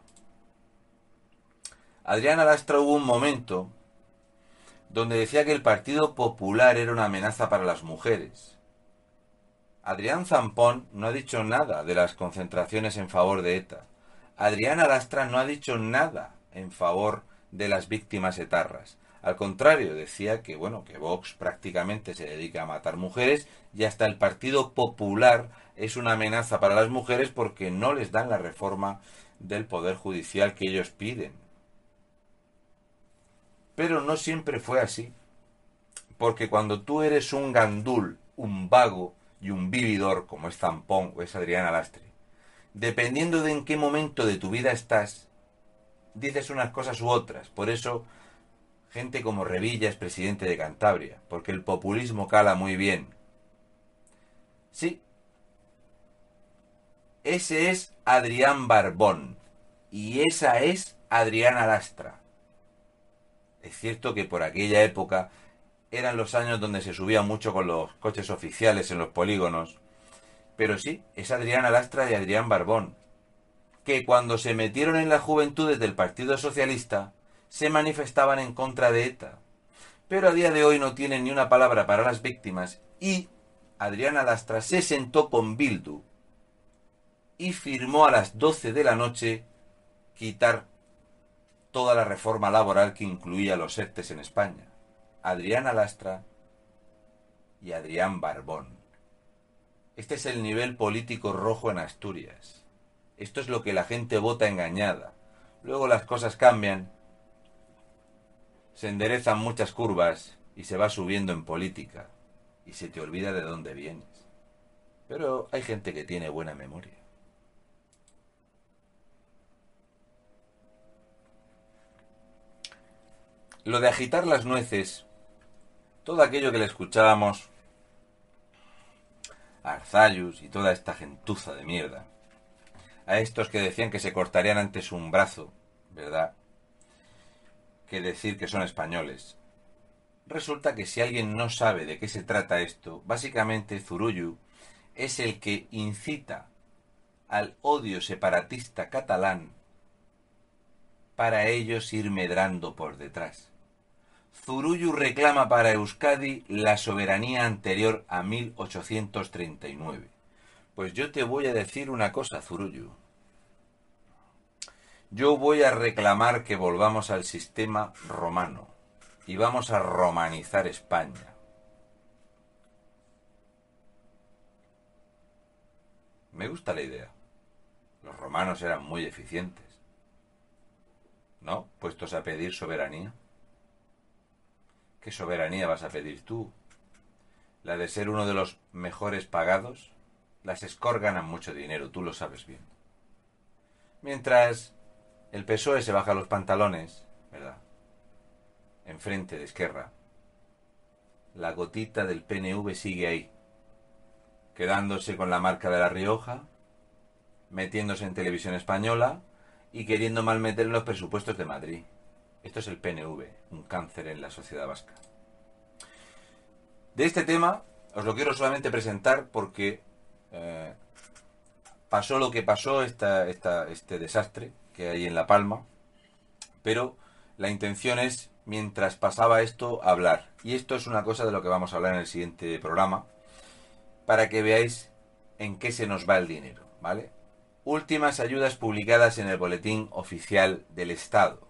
Adrián Alastra hubo un momento donde decía que el Partido Popular era una amenaza para las mujeres. Adrián Zampón no ha dicho nada de las concentraciones en favor de ETA. Adrián Alastra no ha dicho nada en favor de las víctimas etarras. Al contrario, decía que, bueno, que Vox prácticamente se dedica a matar mujeres y hasta el Partido Popular es una amenaza para las mujeres porque no les dan la reforma del Poder Judicial que ellos piden. Pero no siempre fue así. Porque cuando tú eres un gandul, un vago y un vividor, como es Zampón o es Adrián Alastre, dependiendo de en qué momento de tu vida estás, dices unas cosas u otras. Por eso, gente como Revilla es presidente de Cantabria, porque el populismo cala muy bien. Sí, ese es Adrián Barbón y esa es Adrián Alastra. Es cierto que por aquella época eran los años donde se subía mucho con los coches oficiales en los polígonos. Pero sí, es Adrián Alastra y Adrián Barbón, que cuando se metieron en las juventudes del Partido Socialista se manifestaban en contra de ETA. Pero a día de hoy no tienen ni una palabra para las víctimas y Adrián Alastra se sentó con Bildu y firmó a las doce de la noche quitar toda la reforma laboral que incluía los ERTES en España. Adrián Alastra y Adrián Barbón. Este es el nivel político rojo en Asturias. Esto es lo que la gente vota engañada. Luego las cosas cambian, se enderezan muchas curvas y se va subiendo en política y se te olvida de dónde vienes. Pero hay gente que tiene buena memoria. Lo de agitar las nueces, todo aquello que le escuchábamos a Arzallus y toda esta gentuza de mierda, a estos que decían que se cortarían antes un brazo, ¿verdad? que decir que son españoles. Resulta que si alguien no sabe de qué se trata esto, básicamente Zurullu es el que incita al odio separatista catalán para ellos ir medrando por detrás. Zurullu reclama para Euskadi la soberanía anterior a mil ochocientos treinta y nueve. Pues yo te voy a decir una cosa, Zurullu. Yo voy a reclamar que volvamos al sistema romano y vamos a romanizar España. Me gusta la idea. Los romanos eran muy eficientes, ¿no? Puestos a pedir soberanía. ¿Qué soberanía vas a pedir tú? ¿La de ser uno de los mejores pagados? Las Escort ganan mucho dinero, tú lo sabes bien. Mientras el P S O E se baja los pantalones, ¿verdad? Enfrente de Esquerra, la gotita del P N V sigue ahí, quedándose con la marca de La Rioja, metiéndose en Televisión Española y queriendo malmeter en los presupuestos de Madrid. Esto es el P N V, un cáncer en la sociedad vasca. De este tema os lo quiero solamente presentar porque eh, pasó lo que pasó, esta, esta, este desastre que hay en La Palma, pero la intención es, mientras pasaba esto, hablar. Y esto es una cosa de lo que vamos a hablar en el siguiente programa, para que veáis en qué se nos va el dinero, ¿vale? Últimas ayudas publicadas en el Boletín Oficial del Estado.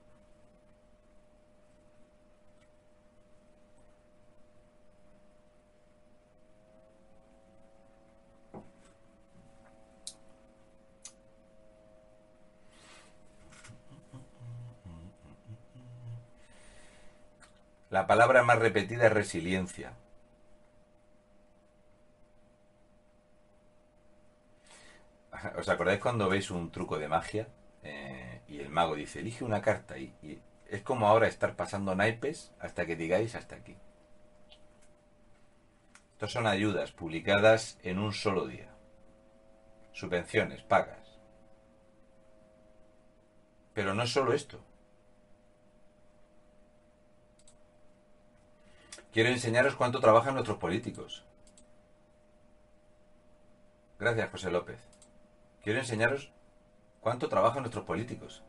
La palabra más repetida es resiliencia. ¿Os acordáis cuando veis un truco de magia? Eh, y el mago dice, elige una carta. Y, y es como ahora estar pasando naipes hasta que digáis hasta aquí. Estos son ayudas publicadas en un solo día. Subvenciones, pagas. Pero no es solo esto. Quiero enseñaros cuánto trabajan nuestros políticos. Gracias, José López. Quiero enseñaros cuánto trabajan nuestros políticos.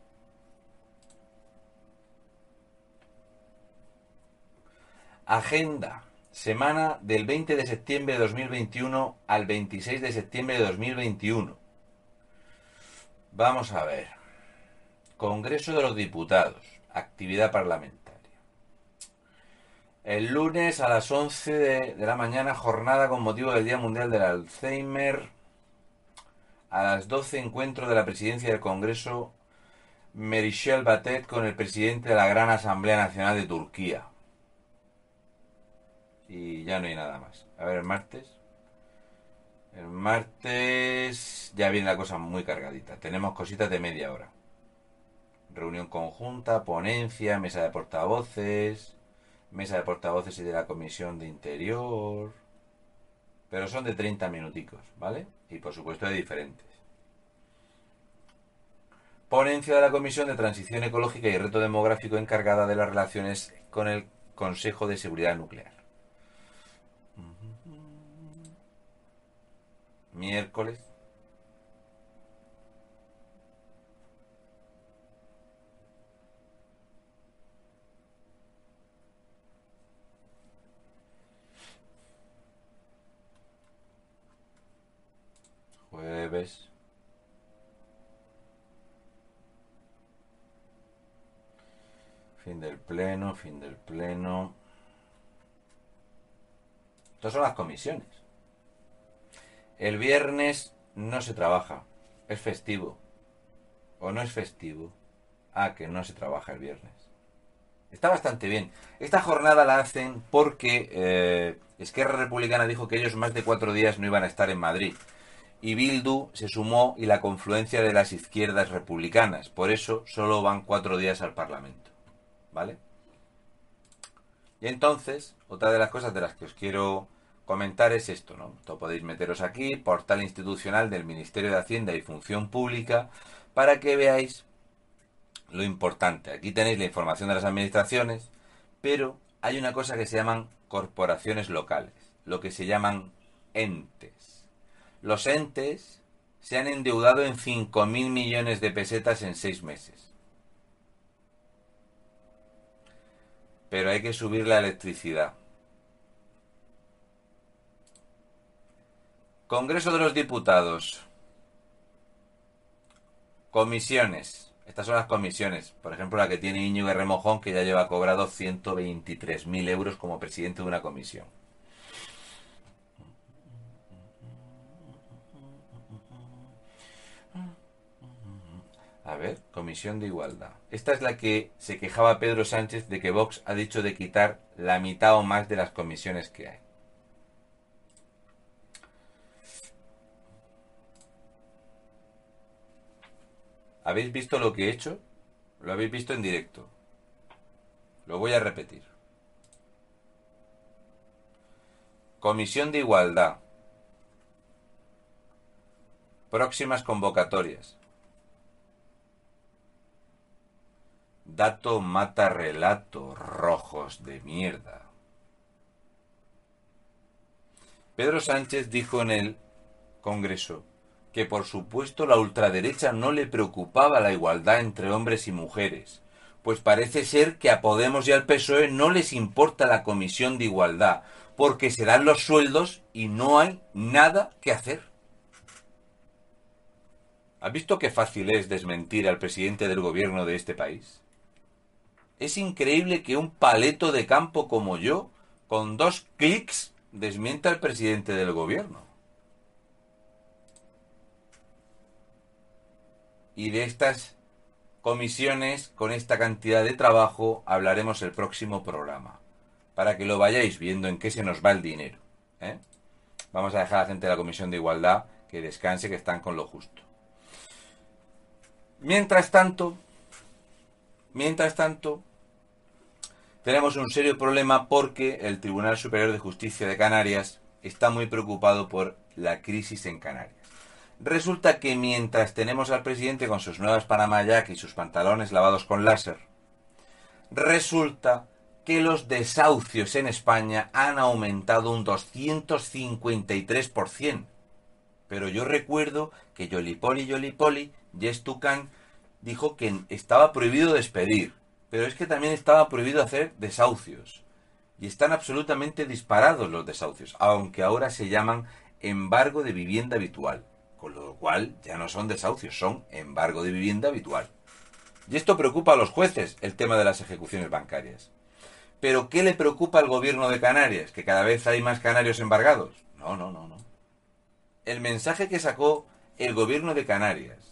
Agenda. Semana del veinte de septiembre de dos mil veintiuno al veintiséis de septiembre de dos mil veintiuno. Vamos a ver. Congreso de los Diputados. Actividad parlamentaria. El lunes a las once de, de la mañana, jornada con motivo del Día Mundial del Alzheimer. A las doce, encuentro de la presidencia del Congreso, Michel Batet con el presidente de la Gran Asamblea Nacional de Turquía. Y ya no hay nada más. A ver, el martes. El martes ya viene la cosa muy cargadita. Tenemos cositas de media hora. Reunión conjunta, ponencia, mesa de portavoces, mesa de portavoces y de la Comisión de Interior. Pero son de treinta minuticos, ¿vale? Y por supuesto de diferentes. Ponencia de la Comisión de Transición Ecológica y Reto Demográfico encargada de las relaciones con el Consejo de Seguridad Nuclear. Miércoles. Jueves. Fin del pleno, fin del pleno. Estas son las comisiones. El viernes no se trabaja. Es festivo. ¿O no es festivo? Ah, que no se trabaja el viernes. Está bastante bien. Esta jornada la hacen porque eh, Esquerra Republicana dijo que ellos más de cuatro días no iban a estar en Madrid. Y Bildu se sumó y la confluencia de las izquierdas republicanas. Por eso solo van cuatro días al Parlamento. ¿Vale? Y entonces, otra de las cosas de las que os quiero comentar es esto, ¿no? Esto podéis meteros aquí, portal institucional del Ministerio de Hacienda y Función Pública, para que veáis lo importante. Aquí tenéis la información de las administraciones, pero hay una cosa que se llaman corporaciones locales, lo que se llaman entes. Los entes se han endeudado en cinco mil millones de pesetas en seis meses. Pero hay que subir la electricidad. Congreso de los Diputados. Comisiones. Estas son las comisiones. Por ejemplo, la que tiene Íñigo Remojón, que ya lleva cobrado ciento veintitrés mil euros como presidente de una comisión. A ver, Comisión de Igualdad. Esta es la que se quejaba Pedro Sánchez de que Vox ha dicho de quitar la mitad o más de las comisiones que hay. ¿Habéis visto lo que he hecho? Lo habéis visto en directo. Lo voy a repetir. Comisión de Igualdad. Próximas convocatorias. Dato mata relato, rojos de mierda. Pedro Sánchez dijo en el Congreso que por supuesto la ultraderecha no le preocupaba la igualdad entre hombres y mujeres, pues parece ser que a Podemos y al P S O E no les importa la Comisión de Igualdad, porque se dan los sueldos y no hay nada que hacer. ¿Has visto qué fácil es desmentir al presidente del gobierno de este país? Es increíble que un paleto de campo como yo, con dos clics, desmienta al presidente del gobierno. Y de estas comisiones, con esta cantidad de trabajo, hablaremos el próximo programa. Para que lo vayáis viendo en qué se nos va el dinero. ¿eh? Vamos a dejar a la gente de la Comisión de Igualdad que descanse, que están con lo justo. Mientras tanto, mientras tanto, tenemos un serio problema porque el Tribunal Superior de Justicia de Canarias está muy preocupado por la crisis en Canarias. Resulta que mientras tenemos al presidente con sus nuevas Panama Jack y sus pantalones lavados con láser, resulta que los desahucios en España han aumentado un doscientos cincuenta y tres por ciento. Pero yo recuerdo que Yolipoli Yolipoli, Yes Tucán, dijo que estaba prohibido despedir, pero es que también estaba prohibido hacer desahucios. Y están absolutamente disparados los desahucios, aunque ahora se llaman embargo de vivienda habitual. Con lo cual ya no son desahucios, son embargo de vivienda habitual. Y esto preocupa a los jueces, el tema de las ejecuciones bancarias. ¿Pero qué le preocupa al gobierno de Canarias? ¿Que cada vez hay más canarios embargados? No, no, no, no. El mensaje que sacó el gobierno de Canarias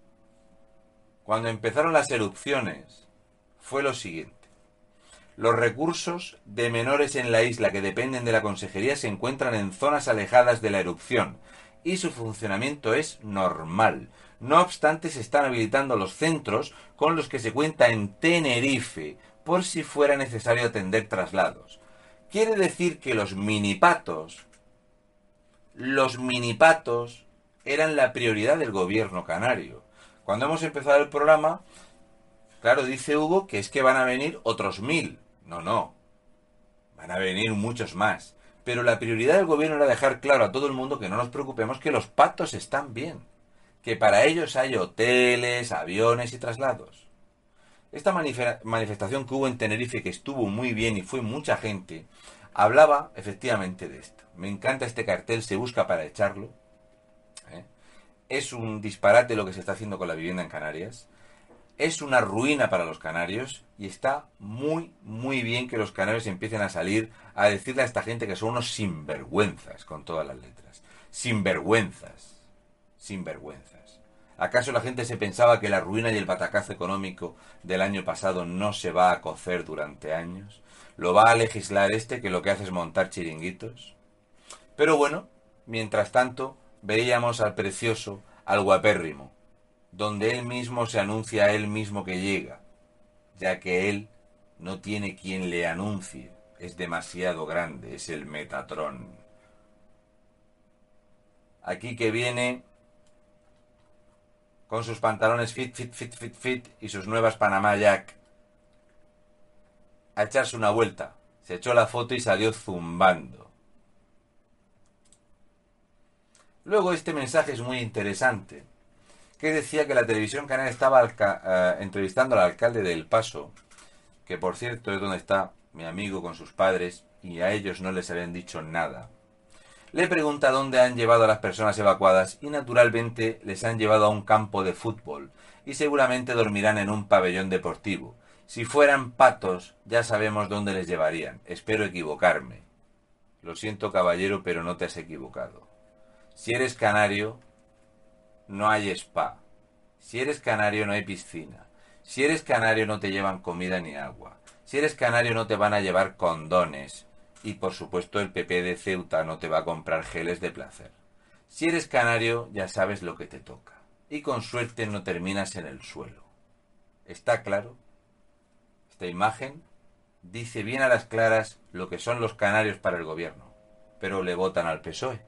cuando empezaron las erupciones fue lo siguiente. Los recursos de menores en la isla que dependen de la consejería se encuentran en zonas alejadas de la erupción y su funcionamiento es normal. No obstante, se están habilitando los centros con los que se cuenta en Tenerife por si fuera necesario atender traslados. Quiere decir que los minipatos, los minipatos eran la prioridad del gobierno canario. Cuando hemos empezado el programa, claro, dice Hugo que es que van a venir otros mil. No, no. Van a venir muchos más. Pero la prioridad del gobierno era dejar claro a todo el mundo que no nos preocupemos, que los patos están bien. Que para ellos hay hoteles, aviones y traslados. Esta manifestación que hubo en Tenerife, que estuvo muy bien y fue mucha gente, hablaba efectivamente de esto. Me encanta este cartel, se busca para echarlo. ¿eh? Es un disparate lo que se está haciendo con la vivienda en Canarias. Es una ruina para los canarios y está muy, muy bien que los canarios empiecen a salir a decirle a esta gente que son unos sinvergüenzas, con todas las letras. Sinvergüenzas. Sinvergüenzas. ¿Acaso la gente se pensaba que la ruina y el batacazo económico del año pasado no se va a cocer durante años? ¿Lo va a legislar este, que lo que hace es montar chiringuitos? Pero bueno, mientras tanto, veíamos al precioso, al guapérrimo, donde él mismo se anuncia a él mismo que llega, ya que él no tiene quien le anuncie, es demasiado grande, es el Metatron. Aquí que viene con sus pantalones fit, fit, fit, fit, fit y sus nuevas Panamá Jack, a echarse una vuelta. Se echó la foto y salió zumbando. Luego este mensaje es muy interesante, que decía que la televisión canaria estaba uh, entrevistando al alcalde de El Paso, que por cierto es donde está mi amigo con sus padres, y a ellos no les habían dicho nada. Le pregunta dónde han llevado a las personas evacuadas y naturalmente les han llevado a un campo de fútbol y seguramente dormirán en un pabellón deportivo. Si fueran patos, ya sabemos dónde les llevarían. Espero equivocarme. Lo siento, caballero, pero no te has equivocado. Si eres canario, no hay spa. Si eres canario, no hay piscina. Si eres canario, no te llevan comida ni agua. Si eres canario, no te van a llevar condones. Y por supuesto el P P de Ceuta no te va a comprar geles de placer. Si eres canario, ya sabes lo que te toca. Y con suerte no terminas en el suelo. ¿Está claro? Esta imagen dice bien a las claras lo que son los canarios para el gobierno. Pero le votan al P S O E.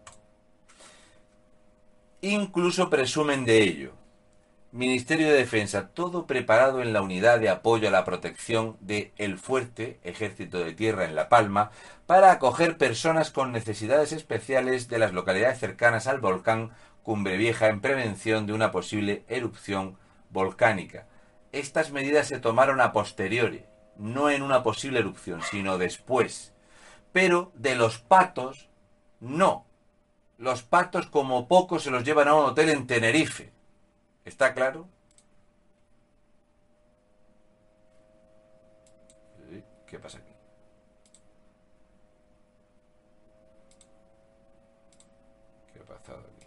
Incluso presumen de ello. Ministerio de Defensa, todo preparado en la unidad de apoyo a la protección de El Fuerte, Ejército de Tierra en La Palma, para acoger personas con necesidades especiales de las localidades cercanas al volcán Cumbre Vieja en prevención de una posible erupción volcánica. Estas medidas se tomaron a posteriori, no en una posible erupción, sino después. Pero de los patos, no. Los patos como poco se los llevan a un hotel en Tenerife. ¿Está claro? ¿Qué pasa aquí? ¿Qué ha pasado aquí?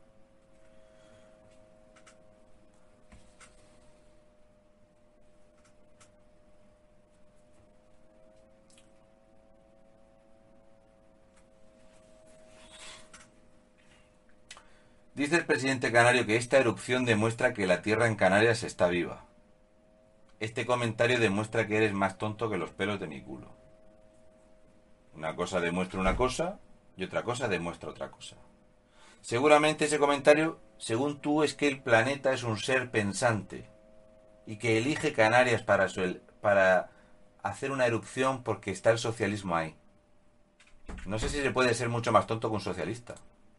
Dice el presidente canario que esta erupción demuestra que la tierra en Canarias está viva. Este comentario demuestra que eres más tonto que los pelos de mi culo. Una cosa demuestra una cosa y otra cosa demuestra otra cosa. Seguramente ese comentario, según tú, es que el planeta es un ser pensante y que elige Canarias para, su, para hacer una erupción porque está el socialismo ahí. No sé si se puede ser mucho más tonto que un socialista.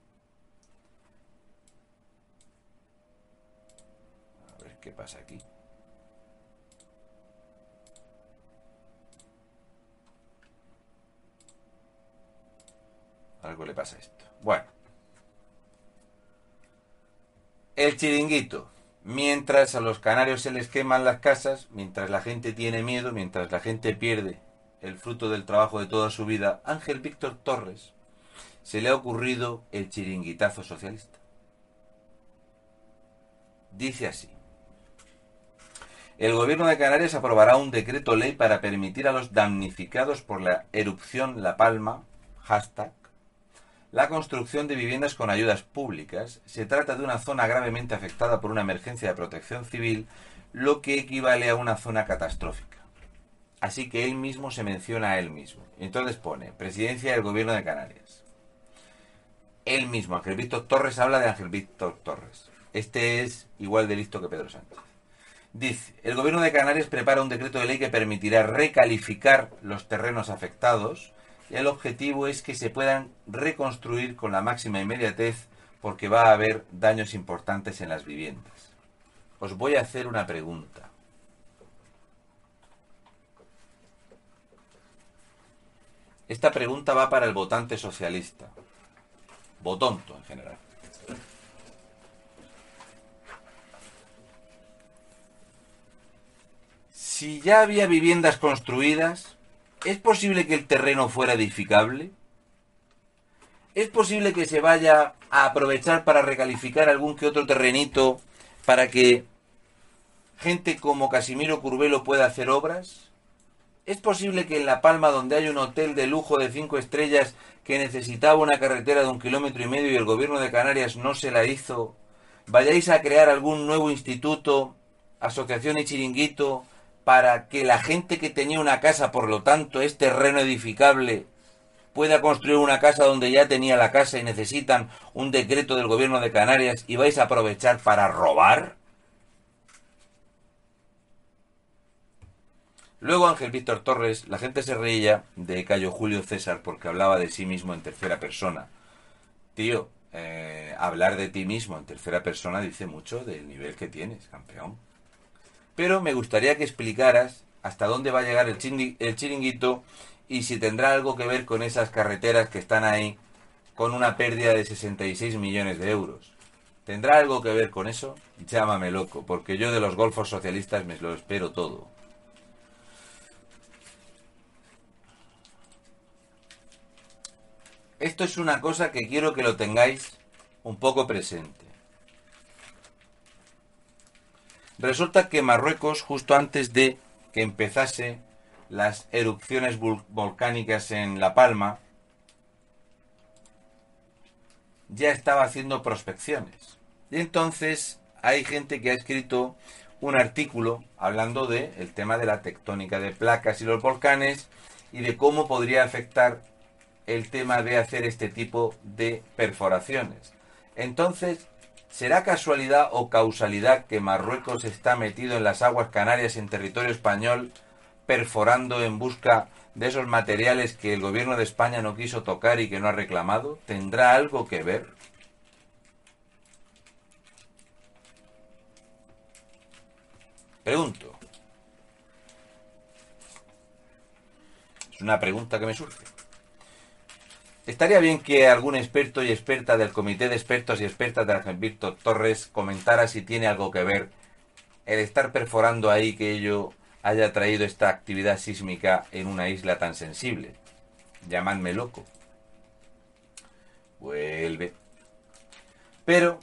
¿Qué pasa aquí? Algo le pasa a esto. Bueno. El chiringuito. Mientras a los canarios se les queman las casas, mientras la gente tiene miedo, mientras la gente pierde el fruto del trabajo de toda su vida, Ángel Víctor Torres se le ha ocurrido el chiringuitazo socialista. Dice así. El gobierno de Canarias aprobará un decreto ley para permitir a los damnificados por la erupción La Palma, hashtag, la construcción de viviendas con ayudas públicas. Se trata de una zona gravemente afectada por una emergencia de protección civil, lo que equivale a una zona catastrófica. Así que él mismo se menciona a él mismo. Entonces pone, Presidencia del Gobierno de Canarias. Él mismo, Ángel Víctor Torres, habla de Ángel Víctor Torres. Este es igual de listo que Pedro Sánchez. Dice, el Gobierno de Canarias prepara un decreto de ley que permitirá recalificar los terrenos afectados y el objetivo es que se puedan reconstruir con la máxima inmediatez porque va a haber daños importantes en las viviendas. Os voy a hacer una pregunta. Esta pregunta va para el votante socialista. Votonto en general. Si ya había viviendas construidas, ¿es posible que el terreno fuera edificable? ¿Es posible que se vaya a aprovechar para recalificar algún que otro terrenito para que gente como Casimiro Curvelo pueda hacer obras? ¿Es posible que en La Palma, donde hay un hotel de lujo de cinco estrellas que necesitaba una carretera de un kilómetro y medio y el gobierno de Canarias no se la hizo, vayáis a crear algún nuevo instituto, asociación y chiringuito para que la gente que tenía una casa, por lo tanto es terreno edificable, pueda construir una casa donde ya tenía la casa y necesitan un decreto del gobierno de Canarias y vais a aprovechar para robar? Luego Ángel Víctor Torres, la gente se reía de Cayo Julio César porque hablaba de sí mismo en tercera persona. Tío, eh, hablar de ti mismo en tercera persona dice mucho del nivel que tienes, campeón. Pero me gustaría que explicaras hasta dónde va a llegar el, chingui, el chiringuito y si tendrá algo que ver con esas carreteras que están ahí con una pérdida de sesenta y seis millones de euros. ¿Tendrá algo que ver con eso? Llámame loco, porque yo de los golfos socialistas me lo espero todo. Esto es una cosa que quiero que lo tengáis un poco presente. Resulta que Marruecos, justo antes de que empezase las erupciones volcánicas en La Palma, ya estaba haciendo prospecciones. Y entonces hay gente que ha escrito un artículo hablando del de tema de la tectónica de placas y los volcanes y de cómo podría afectar el tema de hacer este tipo de perforaciones. Entonces, ¿será casualidad o causalidad que Marruecos está metido en las aguas canarias en territorio español perforando en busca de esos materiales que el gobierno de España no quiso tocar y que no ha reclamado? ¿Tendrá algo que ver? Pregunto. Es una pregunta que me surge. Estaría bien que algún experto y experta del comité de expertos y expertas de Ángel Víctor Torres comentara si tiene algo que ver el estar perforando ahí que ello haya traído esta actividad sísmica en una isla tan sensible. Llamadme loco. Vuelve. Pero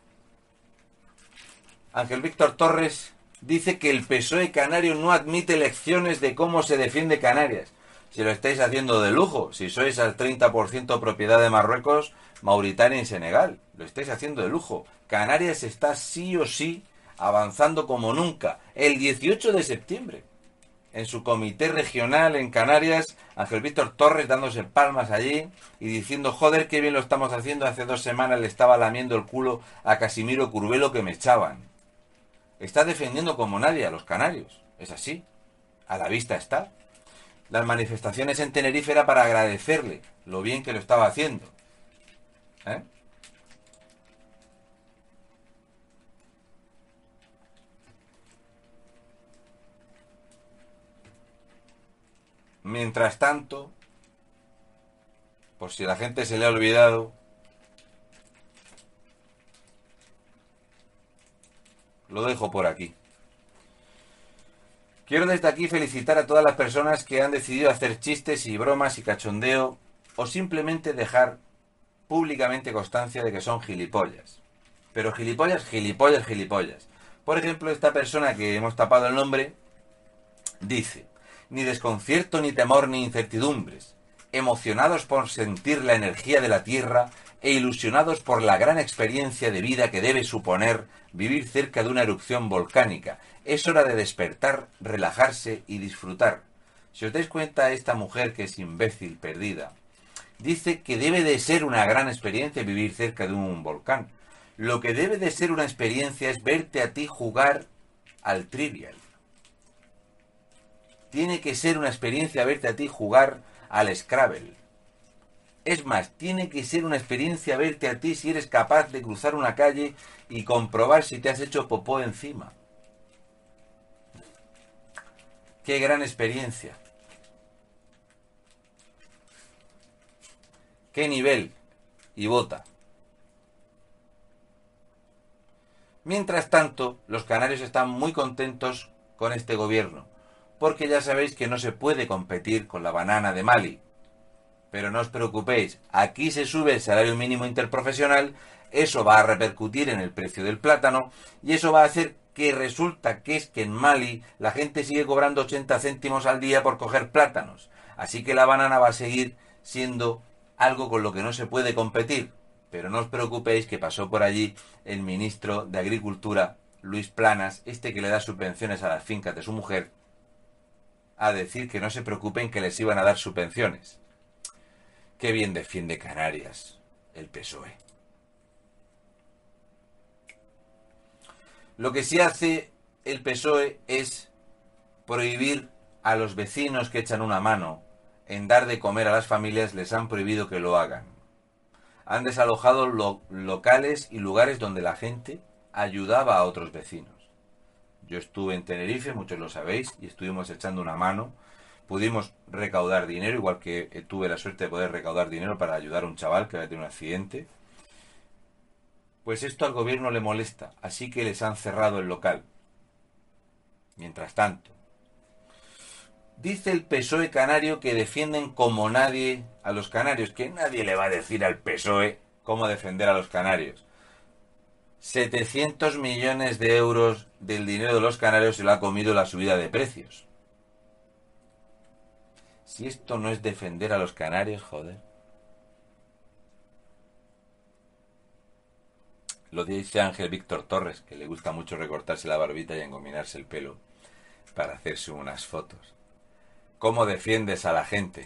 Ángel Víctor Torres dice que el P S O E canario no admite lecciones de cómo se defiende Canarias. Si lo estáis haciendo de lujo, si sois al treinta por ciento propiedad de Marruecos, Mauritania y Senegal, lo estáis haciendo de lujo. Canarias está sí o sí avanzando como nunca. El dieciocho de septiembre, en su comité regional en Canarias, Ángel Víctor Torres dándose palmas allí y diciendo, joder, qué bien lo estamos haciendo, hace dos semanas le estaba lamiendo el culo a Casimiro Curvelo que me echaban. Está defendiendo como nadie a los canarios, es así, a la vista está. Las manifestaciones en Tenerife era para agradecerle lo bien que lo estaba haciendo. ¿Eh? Mientras tanto, por si la gente se le ha olvidado, lo dejo por aquí. Quiero desde aquí felicitar a todas las personas que han decidido hacer chistes y bromas y cachondeo o simplemente dejar públicamente constancia de que son gilipollas. Pero gilipollas, gilipollas, gilipollas. Por ejemplo, esta persona que hemos tapado el nombre dice: ni desconcierto, ni temor, ni incertidumbres, emocionados por sentir la energía de la tierra e ilusionados por la gran experiencia de vida que debe suponer vivir cerca de una erupción volcánica. Es hora de despertar, relajarse y disfrutar. Si os dais cuenta, esta mujer que es imbécil, perdida, dice que debe de ser una gran experiencia vivir cerca de un volcán. Lo que debe de ser una experiencia es verte a ti jugar al Trivial. Tiene que ser una experiencia verte a ti jugar al Scrabble. Es más, tiene que ser una experiencia verte a ti si eres capaz de cruzar una calle y comprobar si te has hecho popó encima. ¡Qué gran experiencia! ¡Qué nivel! Y vota. Mientras tanto, los canarios están muy contentos con este gobierno, porque ya sabéis que no se puede competir con la banana de Mali. Pero no os preocupéis, aquí se sube el salario mínimo interprofesional, eso va a repercutir en el precio del plátano y eso va a hacer que resulta que es que en Mali la gente sigue cobrando ochenta céntimos al día por coger plátanos. Así que la banana va a seguir siendo algo con lo que no se puede competir. Pero no os preocupéis que pasó por allí el ministro de Agricultura, Luis Planas, este que le da subvenciones a las fincas de su mujer, a decir que no se preocupen que les iban a dar subvenciones. Qué bien defiende Canarias el P S O E. Lo que sí hace el P S O E es prohibir a los vecinos que echan una mano en dar de comer a las familias les han prohibido que lo hagan. Han desalojado lo- locales y lugares donde la gente ayudaba a otros vecinos. Yo estuve en Tenerife, muchos lo sabéis, y estuvimos echando una mano. Pudimos recaudar dinero, igual que eh, tuve la suerte de poder recaudar dinero para ayudar a un chaval que había tenido un accidente. Pues esto al gobierno le molesta, así que les han cerrado el local. Mientras tanto, dice el P S O E canario que defienden como nadie a los canarios, que nadie le va a decir al P S O E cómo defender a los canarios. setecientos millones de euros del dinero de los canarios se lo ha comido la subida de precios. Si esto no es defender a los canarios, joder. Lo dice Ángel Víctor Torres, que le gusta mucho recortarse la barbita y engominarse el pelo para hacerse unas fotos. ¿Cómo defiendes a la gente?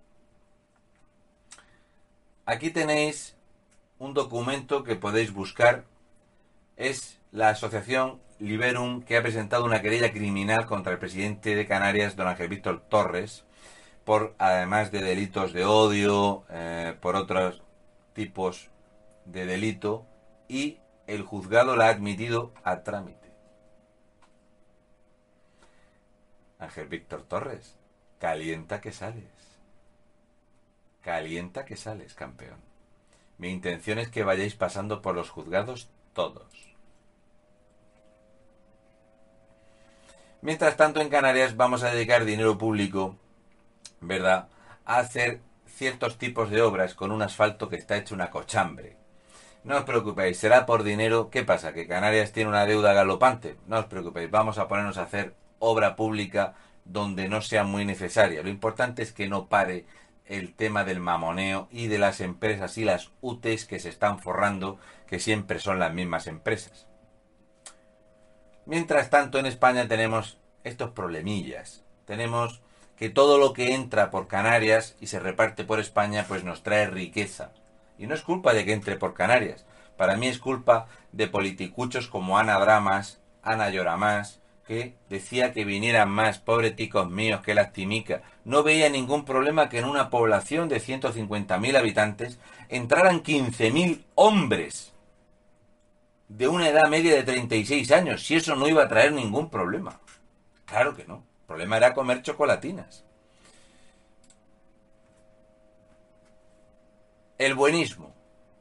Aquí tenéis un documento que podéis buscar. Es la asociación Liberum, que ha presentado una querella criminal contra el presidente de Canarias, don Ángel Víctor Torres, por, además de delitos de odio, eh, por otros tipos de delito, y el juzgado la ha admitido a trámite. Ángel Víctor Torres, calienta que sales. Calienta que sales, campeón. Mi intención es que vayáis pasando por los juzgados todos. Mientras tanto, en Canarias vamos a dedicar dinero público, ¿verdad?, a hacer ciertos tipos de obras con un asfalto que está hecho una cochambre. No os preocupéis, será por dinero. ¿Qué pasa? ¿Que Canarias tiene una deuda galopante? No os preocupéis, vamos a ponernos a hacer obra pública donde no sea muy necesaria. Lo importante es que no pare el tema del mamoneo y de las empresas y las U T Es que se están forrando, que siempre son las mismas empresas. Mientras tanto, en España tenemos estos problemillas. Tenemos que todo lo que entra por Canarias y se reparte por España, pues nos trae riqueza. Y no es culpa de que entre por Canarias. Para mí es culpa de politicuchos como Ana Dramas, Ana Lloramás, que decía que vinieran más, pobreticos míos, que lastimica. No veía ningún problema que en una población de ciento cincuenta mil habitantes entraran quince mil hombres de una edad media de treinta y seis años, si eso no iba a traer ningún problema. Claro que no. El problema era comer chocolatinas. El buenismo.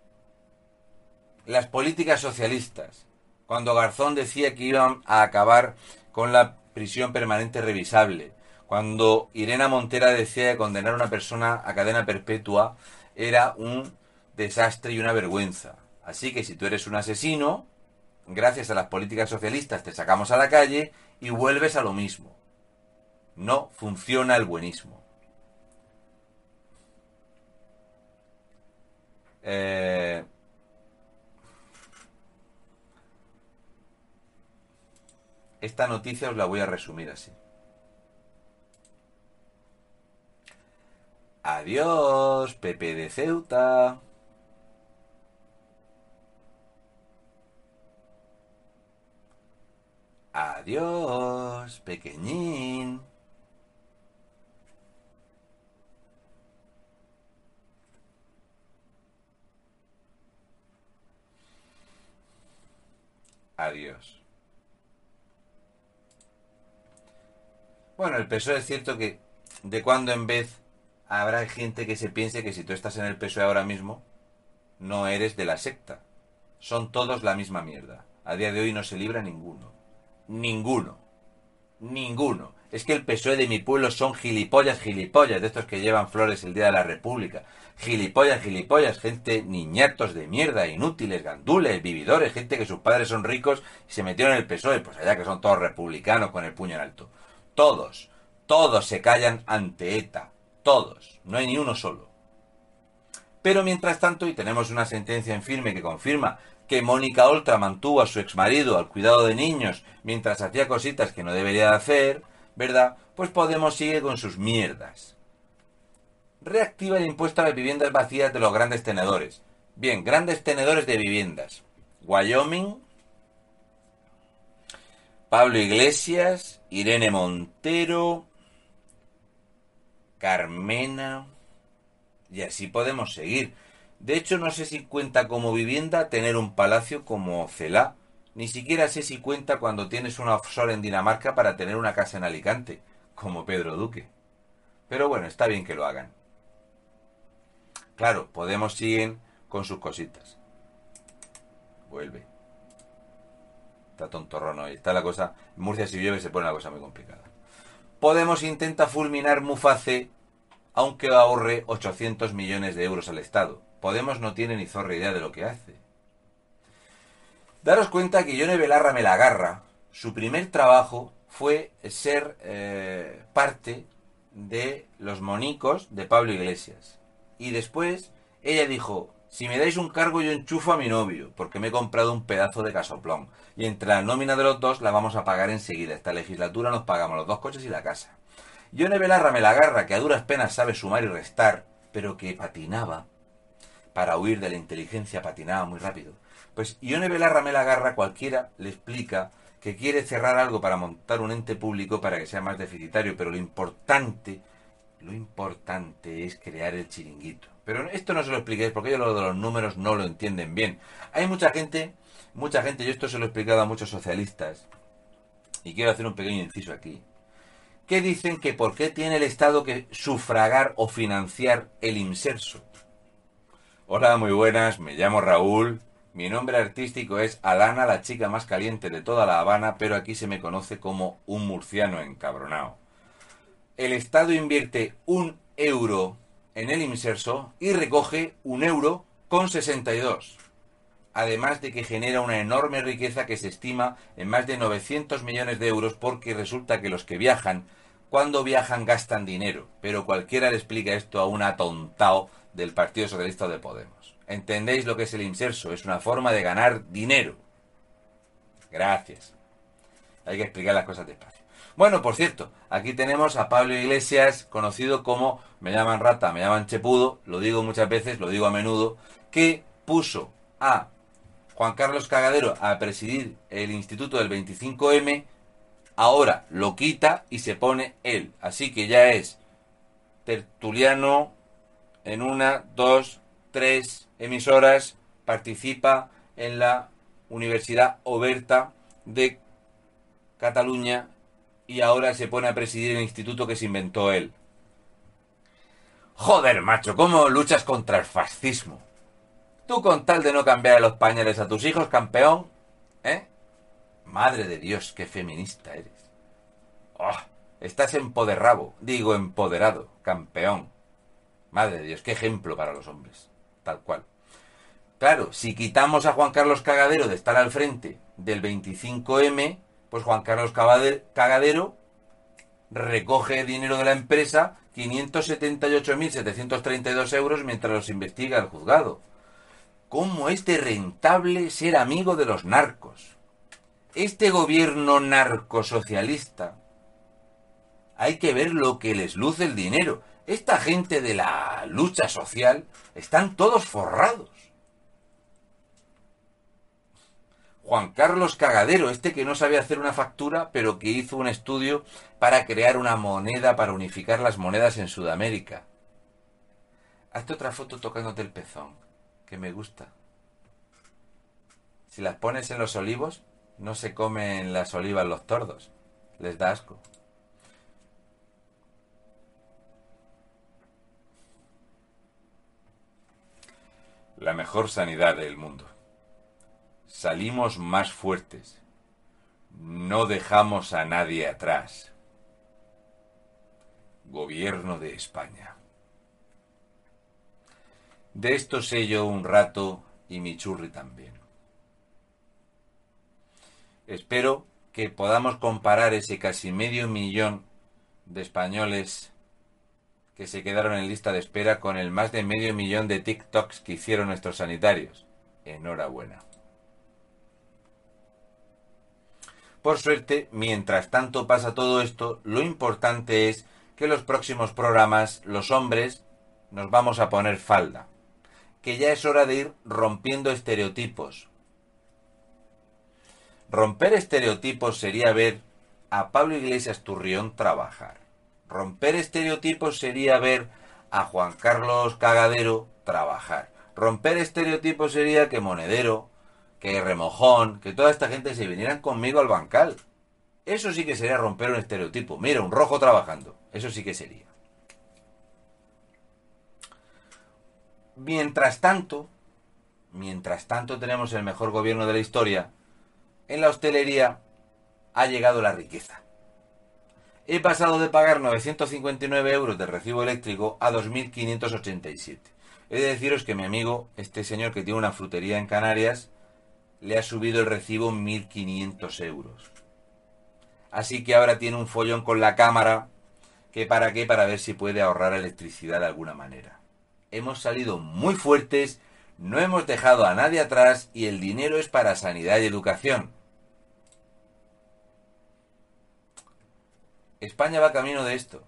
Las políticas socialistas. Cuando Garzón decía que iban a acabar con la prisión permanente revisable. Cuando Irene Montera decía que condenar a una persona a cadena perpetua era un desastre y una vergüenza. Así que si tú eres un asesino, gracias a las políticas socialistas te sacamos a la calle y vuelves a lo mismo. No funciona el buenismo. Eh... Esta noticia os la voy a resumir así. Adiós, Pepe de Ceuta. Adiós, pequeñín. Adiós. Bueno, el P S O E es cierto que de cuando en vez habrá gente que se piense que si tú estás en el P S O E ahora mismo, no eres de la secta. Son todos la misma mierda. A día de hoy no se libra ninguno. Ninguno. Ninguno. Es que el P S O E de mi pueblo son gilipollas, gilipollas, de estos que llevan flores el día de la República. Gilipollas, gilipollas, gente niñatos de mierda, inútiles, gandules, vividores, gente que sus padres son ricos y se metieron en el P S O E, pues allá que son todos republicanos con el puño en alto. Todos, todos se callan ante ETA. Todos. No hay ni uno solo. Pero mientras tanto, y tenemos una sentencia en firme que confirma que Mónica Oltra mantuvo a su exmarido al cuidado de niños mientras hacía cositas que no debería de hacer, ¿verdad? Pues Podemos sigue con sus mierdas. Reactiva el impuesto a las viviendas vacías de los grandes tenedores. Bien, grandes tenedores de viviendas. Wyoming, Pablo Iglesias, Irene Montero, Carmena, y así podemos seguir. De hecho, no sé si cuenta como vivienda tener un palacio como Celá. Ni siquiera sé si cuenta cuando tienes una offshore en Dinamarca para tener una casa en Alicante, como Pedro Duque. Pero bueno, está bien que lo hagan. Claro, Podemos siguen con sus cositas. Vuelve. Está tontorrón hoy. Está la cosa... En Murcia si llueve se pone la cosa muy complicada. Podemos intenta fulminar Muface, aunque ahorre ochocientos millones de euros al Estado. Podemos no tiene ni zorra idea de lo que hace. Daros cuenta que Ione Belarra me la agarra. Su primer trabajo fue ser eh, parte de los monicos de Pablo Iglesias. Y después ella dijo, si me dais un cargo yo enchufo a mi novio, porque me he comprado un pedazo de casoplón. Y entre la nómina de los dos la vamos a pagar enseguida. Esta legislatura nos pagamos los dos coches y la casa. Ione Belarra me la agarra, que a duras penas sabe sumar y restar, pero que patinaba. Para huir de la inteligencia patinaba muy rápido. Pues Ione Belarra me la agarra, cualquiera le explica que quiere cerrar algo para montar un ente público para que sea más deficitario, pero lo importante, lo importante es crear el chiringuito. Pero esto no se lo expliquéis porque ellos lo de los números no lo entienden bien. Hay mucha gente, mucha gente, yo esto se lo he explicado a muchos socialistas, y quiero hacer un pequeño inciso aquí, que dicen que por qué tiene el Estado que sufragar o financiar el inserso. Hola, muy buenas, me llamo Raúl, mi nombre artístico es Alana, la chica más caliente de toda La Habana, pero aquí se me conoce como un murciano encabronado. El Estado invierte un euro en el inserso y recoge un euro con sesenta y dos. Además de que genera una enorme riqueza que se estima en más de novecientos millones de euros porque resulta que los que viajan, cuando viajan gastan dinero. Pero cualquiera le explica esto a un atontao del Partido Socialista o de Podemos. ¿Entendéis lo que es el inserso? Es una forma de ganar dinero. Gracias. Hay que explicar las cosas despacio. Bueno, por cierto, aquí tenemos a Pablo Iglesias, conocido como, me llaman rata, me llaman chepudo, lo digo muchas veces, lo digo a menudo, que puso a Juan Carlos Cagadero a presidir el Instituto del veinticinco eme, ahora lo quita y se pone él. Así que ya es tertuliano en una, dos, tres emisoras, participa en la Universidad Oberta de Cataluña y ahora se pone a presidir el instituto que se inventó él. Joder, macho, ¿cómo luchas contra el fascismo? Tú con tal de no cambiar los pañales a tus hijos, campeón, ¿eh? Madre de Dios, qué feminista eres. Oh, estás empoderado, digo empoderado, campeón. Madre de Dios, qué ejemplo para los hombres, tal cual. Claro, si quitamos a Juan Carlos Cagadero de estar al frente del veinticinco eme, pues Juan Carlos Cagadero recoge dinero de la empresa, quinientos setenta y ocho mil setecientos treinta y dos euros mientras los investiga el juzgado. ¿Cómo es de rentable ser amigo de los narcos? Este gobierno narcosocialista, hay que ver lo que les luce el dinero. Esta gente de la lucha social están todos forrados. Juan Carlos Cagadero, este que no sabía hacer una factura, pero que hizo un estudio para crear una moneda, para unificar las monedas en Sudamérica. Hazte otra foto tocándote el pezón, que me gusta. Si las pones en los olivos, no se comen las olivas los tordos. Les da asco. La mejor sanidad del mundo. Salimos más fuertes. No dejamos a nadie atrás. Gobierno de España. De esto sé yo un rato y mi churri también. Espero que podamos comparar ese casi medio millón de españoles que se quedaron en lista de espera con el más de medio millón de TikToks que hicieron nuestros sanitarios. Enhorabuena. Por suerte, mientras tanto pasa todo esto, lo importante es que los próximos programas, los hombres, nos vamos a poner falda. Que ya es hora de ir rompiendo estereotipos. Romper estereotipos sería ver a Pablo Iglesias Turrión trabajar. Romper estereotipos sería ver a Juan Carlos Cagadero trabajar. Romper estereotipos sería que Monedero, que Remojón, que toda esta gente se vinieran conmigo al bancal. Eso sí que sería romper un estereotipo. Mira, un rojo trabajando. Eso sí que sería. Mientras tanto, mientras tanto tenemos el mejor gobierno de la historia, en la hostelería ha llegado la riqueza. He pasado de pagar novecientos cincuenta y nueve euros de recibo eléctrico a dos mil quinientos ochenta y siete. He de deciros que mi amigo, este señor que tiene una frutería en Canarias, le ha subido el recibo mil quinientos euros. Así que ahora tiene un follón con la cámara, que para qué, para ver si puede ahorrar electricidad de alguna manera. Hemos salido muy fuertes, no hemos dejado a nadie atrás y el dinero es para sanidad y educación. España va camino de esto.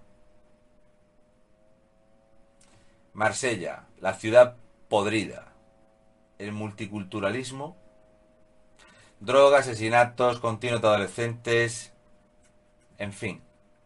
Marsella, la ciudad podrida. El multiculturalismo. Drogas, asesinatos, continuos de adolescentes. En fin.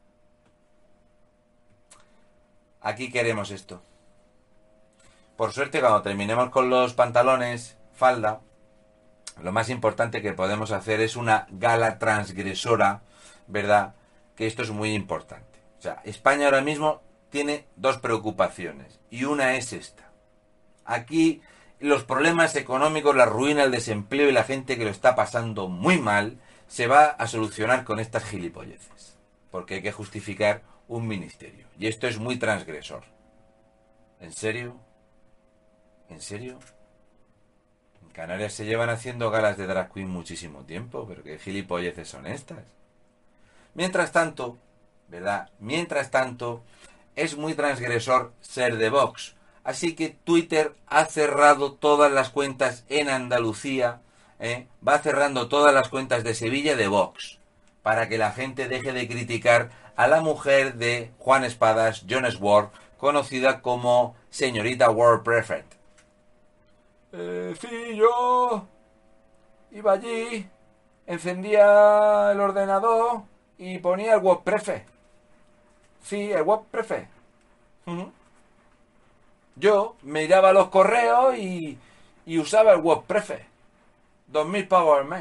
Aquí queremos esto. Por suerte, cuando terminemos con los pantalones, falda, lo más importante que podemos hacer es una gala transgresora, ¿verdad? Que esto es muy importante. O sea, España ahora mismo tiene dos preocupaciones y una es esta. Aquí los problemas económicos, la ruina, el desempleo y la gente que lo está pasando muy mal se va a solucionar con estas gilipolleces. Porque hay que justificar un ministerio. Y esto es muy transgresor. ¿En serio? ¿En serio? En Canarias se llevan haciendo galas de drag queen muchísimo tiempo, pero ¿qué gilipolleces son estas? Mientras tanto, ¿verdad? Mientras tanto, es muy transgresor ser de Vox. Así que Twitter ha cerrado todas las cuentas en Andalucía, ¿eh? Va cerrando todas las cuentas de Sevilla de Vox, para que la gente deje de criticar a la mujer de Juan Espadas, Jon Swart, conocida como señorita World Prefect. Eh, sí, yo iba allí, encendía el ordenador y ponía el WordPress. Sí, el WordPress. Uh-huh. Yo miraba los correos y, y usaba el WordPress. Dos mil pavos al mes.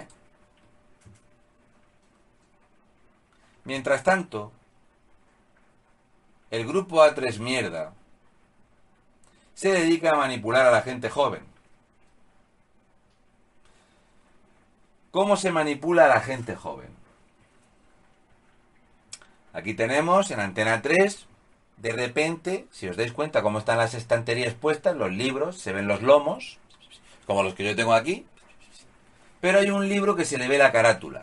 Mientras tanto, el grupo A tres Mierda se dedica a manipular a la gente joven. ¿Cómo se manipula a la gente joven? Aquí tenemos en Antena tres, de repente, si os dais cuenta cómo están las estanterías puestas, los libros, se ven los lomos, como los que yo tengo aquí, pero hay un libro que se le ve la carátula.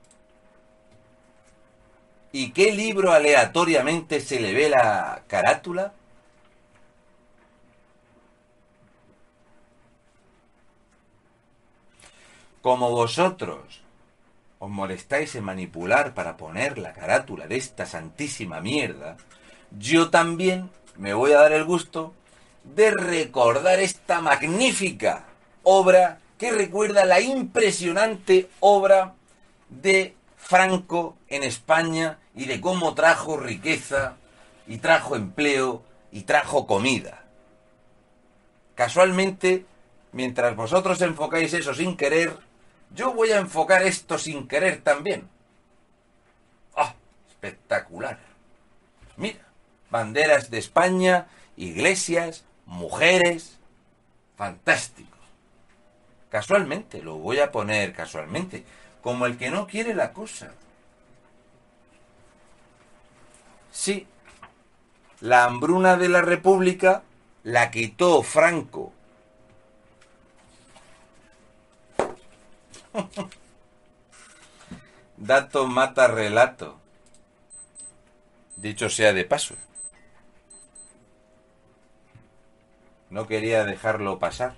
¿Y qué libro aleatoriamente se le ve la carátula? Como vosotros os molestáis en manipular para poner la carátula de esta santísima mierda, yo también me voy a dar el gusto de recordar esta magnífica obra que recuerda la impresionante obra de Franco en España y de cómo trajo riqueza y trajo empleo y trajo comida. Casualmente, mientras vosotros enfocáis eso sin querer, yo voy a enfocar esto sin querer también. ¡Ah! Espectacular. Mira, banderas de España, iglesias, mujeres. Fantástico. Casualmente, lo voy a poner casualmente, como el que no quiere la cosa. Sí, la hambruna de la República la quitó Franco. Dato mata relato. Dicho sea de paso. No quería dejarlo pasar.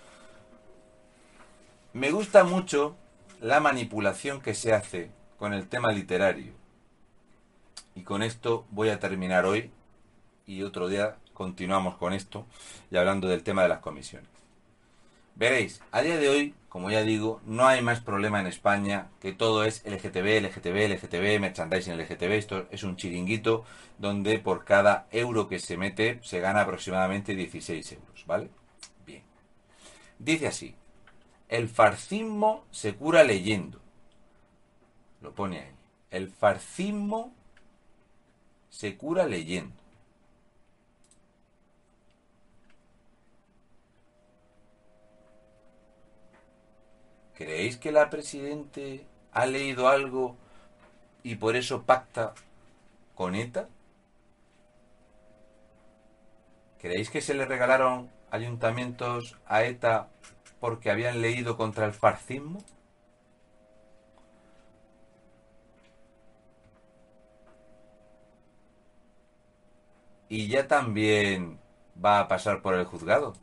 Me gusta mucho la manipulación que se hace con el tema literario. Y con esto voy a terminar hoy y otro día continuamos con esto y hablando del tema de las comisiones. Veréis, a día de hoy, como ya digo, no hay más problema en España, que todo es L G T B, L G T B, L G T B, merchandising L G T B. Esto es un chiringuito donde por cada euro que se mete se gana aproximadamente dieciséis euros, ¿vale? Bien. Dice así, el fascismo se cura leyendo. Lo pone ahí. El fascismo se cura leyendo. ¿Creéis que la Presidente ha leído algo y por eso pacta con ETA? ¿Creéis que se le regalaron ayuntamientos a ETA porque habían leído contra el fascismo? Y ya también va a pasar por el juzgado.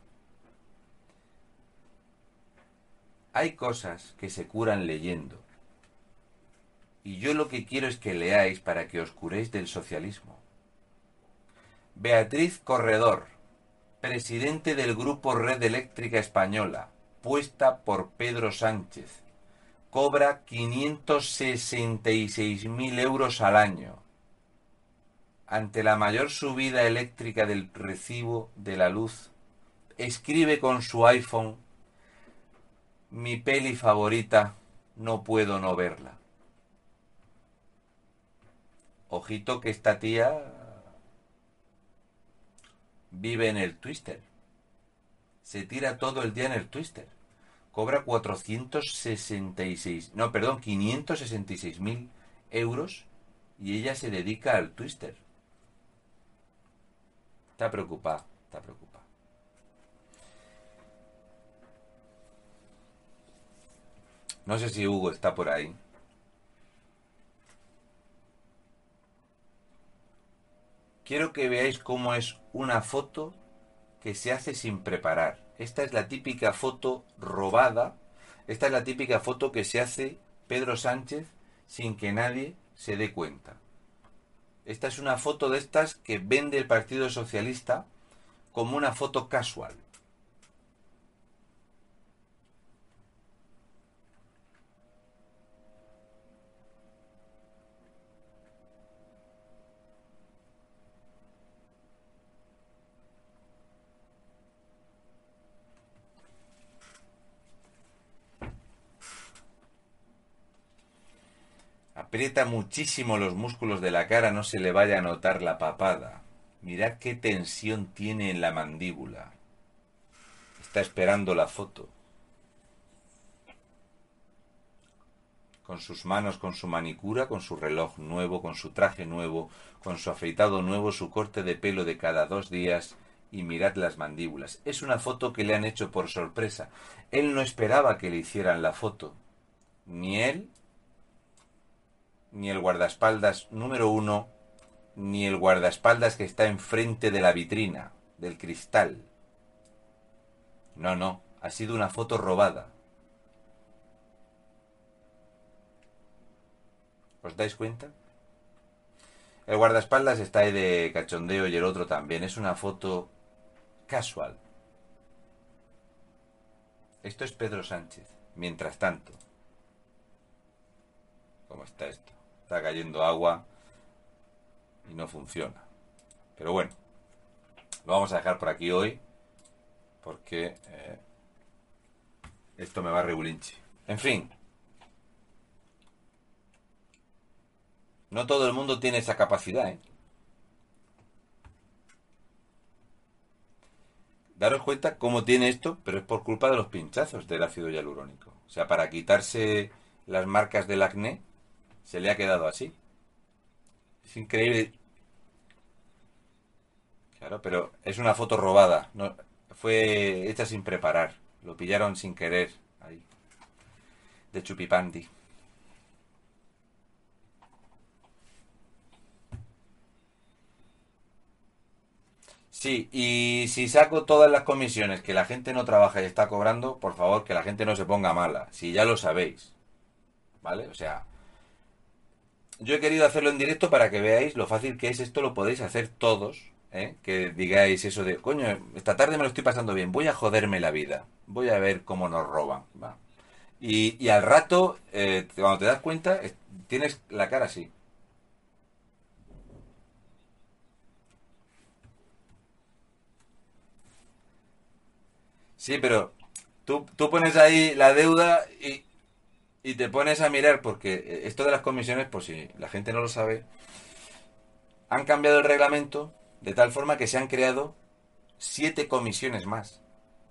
Hay cosas que se curan leyendo. Y yo lo que quiero es que leáis para que os curéis del socialismo. Beatriz Corredor, presidente del Grupo Red Eléctrica Española, puesta por Pedro Sánchez, cobra quinientos sesenta y seis mil euros al año. Ante la mayor subida eléctrica del recibo de la luz, escribe con su iPhone: mi peli favorita, no puedo no verla. Ojito que esta tía vive en el Twister. Se tira todo el día en el Twister. Cobra cuatrocientos sesenta y seis, no, perdón, quinientos sesenta y seis mil euros y ella se dedica al Twister. Está preocupada, está preocupada. No sé si Hugo está por ahí. Quiero que veáis cómo es una foto que se hace sin preparar. Esta es la típica foto robada. Esta es la típica foto que se hace Pedro Sánchez sin que nadie se dé cuenta. Esta es una foto de estas que vende el Partido Socialista como una foto casual. Aprieta muchísimo los músculos de la cara, no se le vaya a notar la papada. Mirad qué tensión tiene en la mandíbula. Está esperando la foto. Con sus manos, con su manicura, con su reloj nuevo, con su traje nuevo, con su afeitado nuevo, su corte de pelo de cada dos días. Y mirad las mandíbulas. Es una foto que le han hecho por sorpresa. Él no esperaba que le hicieran la foto. Ni él, ni el guardaespaldas número uno, ni el guardaespaldas que está enfrente de la vitrina, del cristal. No, no, ha sido una foto robada. ¿Os dais cuenta? El guardaespaldas está ahí de cachondeo y el otro también. Es una foto casual. Esto es Pedro Sánchez. Mientras tanto, ¿cómo está esto? Está cayendo agua y no funciona. Pero bueno, lo vamos a dejar por aquí hoy porque eh, esto me va a regulinchi. En fin, no todo el mundo tiene esa capacidad, ¿eh? Daros cuenta cómo tiene esto, pero es por culpa de los pinchazos del ácido hialurónico. O sea, para quitarse las marcas del acné, se le ha quedado así. Es increíble. Claro, pero es una foto robada. No, fue hecha sin preparar. Lo pillaron sin querer. Ahí. De chupipandi. Sí, y si saco todas las comisiones que la gente no trabaja y está cobrando, por favor, que la gente no se ponga mala. Si ya lo sabéis. ¿Vale? O sea, yo he querido hacerlo en directo para que veáis lo fácil que es esto, lo podéis hacer todos ¿eh? Que digáis eso de, coño, esta tarde me lo estoy pasando bien, voy a joderme la vida, voy a ver cómo nos roban. Va. Y, y al rato, eh, cuando te das cuenta, es- tienes la cara así. Sí, pero tú, tú pones ahí la deuda y, y te pones a mirar, porque eh, esto de las comisiones, por si la gente no lo sabe, han cambiado el reglamento de tal forma que se han creado siete comisiones más.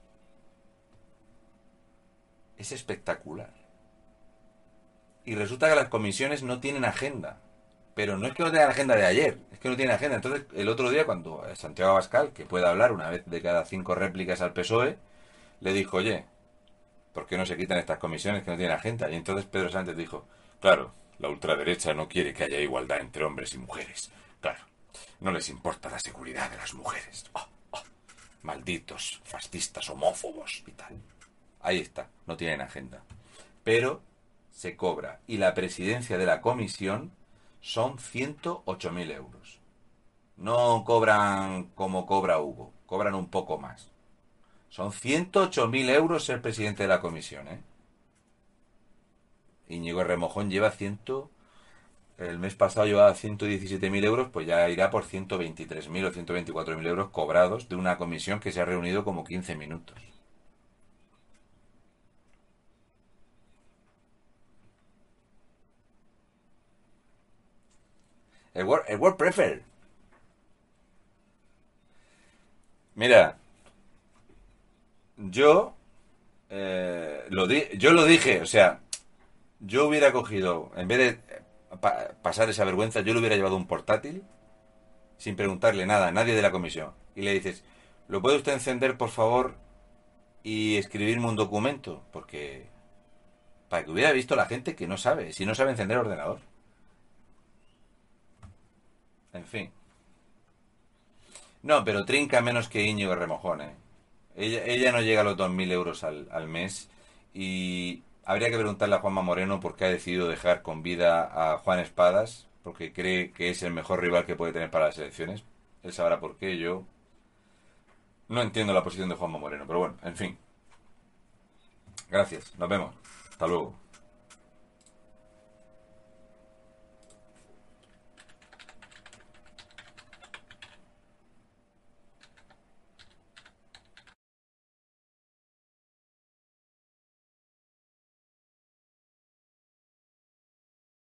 Es espectacular. Y resulta que las comisiones no tienen agenda. Pero no es que no tengan agenda de ayer, es que no tienen agenda. Entonces, el otro día, cuando Santiago Abascal, que puede hablar una vez de cada cinco réplicas al P S O E, le dijo, oye, ¿por qué no se quitan estas comisiones que no tienen agenda? Y entonces Pedro Sánchez dijo, claro, la ultraderecha no quiere que haya igualdad entre hombres y mujeres. Claro, no les importa la seguridad de las mujeres. Oh, oh, malditos, fascistas, homófobos y tal. Ahí está, no tienen agenda. Pero se cobra. Y la presidencia de la comisión son ciento ocho mil euros. No cobran como cobra Hugo, cobran un poco más. Son ciento ocho mil euros ser presidente de la comisión, ¿eh? Íñigo Remojón lleva ciento... El mes pasado llevaba ciento diecisiete mil euros, pues ya irá por ciento veintitrés mil o ciento veinticuatro mil euros cobrados de una comisión que se ha reunido como quince minutos. El Word, el Word Prefer. Mira, yo eh, lo di, yo lo dije, o sea, yo hubiera cogido, en vez de eh, pa- pasar esa vergüenza, yo le hubiera llevado un portátil sin preguntarle nada a nadie de la comisión. Y le dices, ¿lo puede usted encender, por favor, y escribirme un documento? Porque para que hubiera visto la gente que no sabe, si no sabe encender el ordenador. En fin. No, pero trinca menos que Íñigo Remojón, ¿eh? Ella, ella no llega a los dos mil euros al, al mes y habría que preguntarle a Juanma Moreno por qué ha decidido dejar con vida a Juan Espadas, porque cree que es el mejor rival que puede tener para las elecciones. Él sabrá por qué, yo no entiendo la posición de Juanma Moreno, pero bueno, en fin. Gracias, nos vemos. Hasta luego.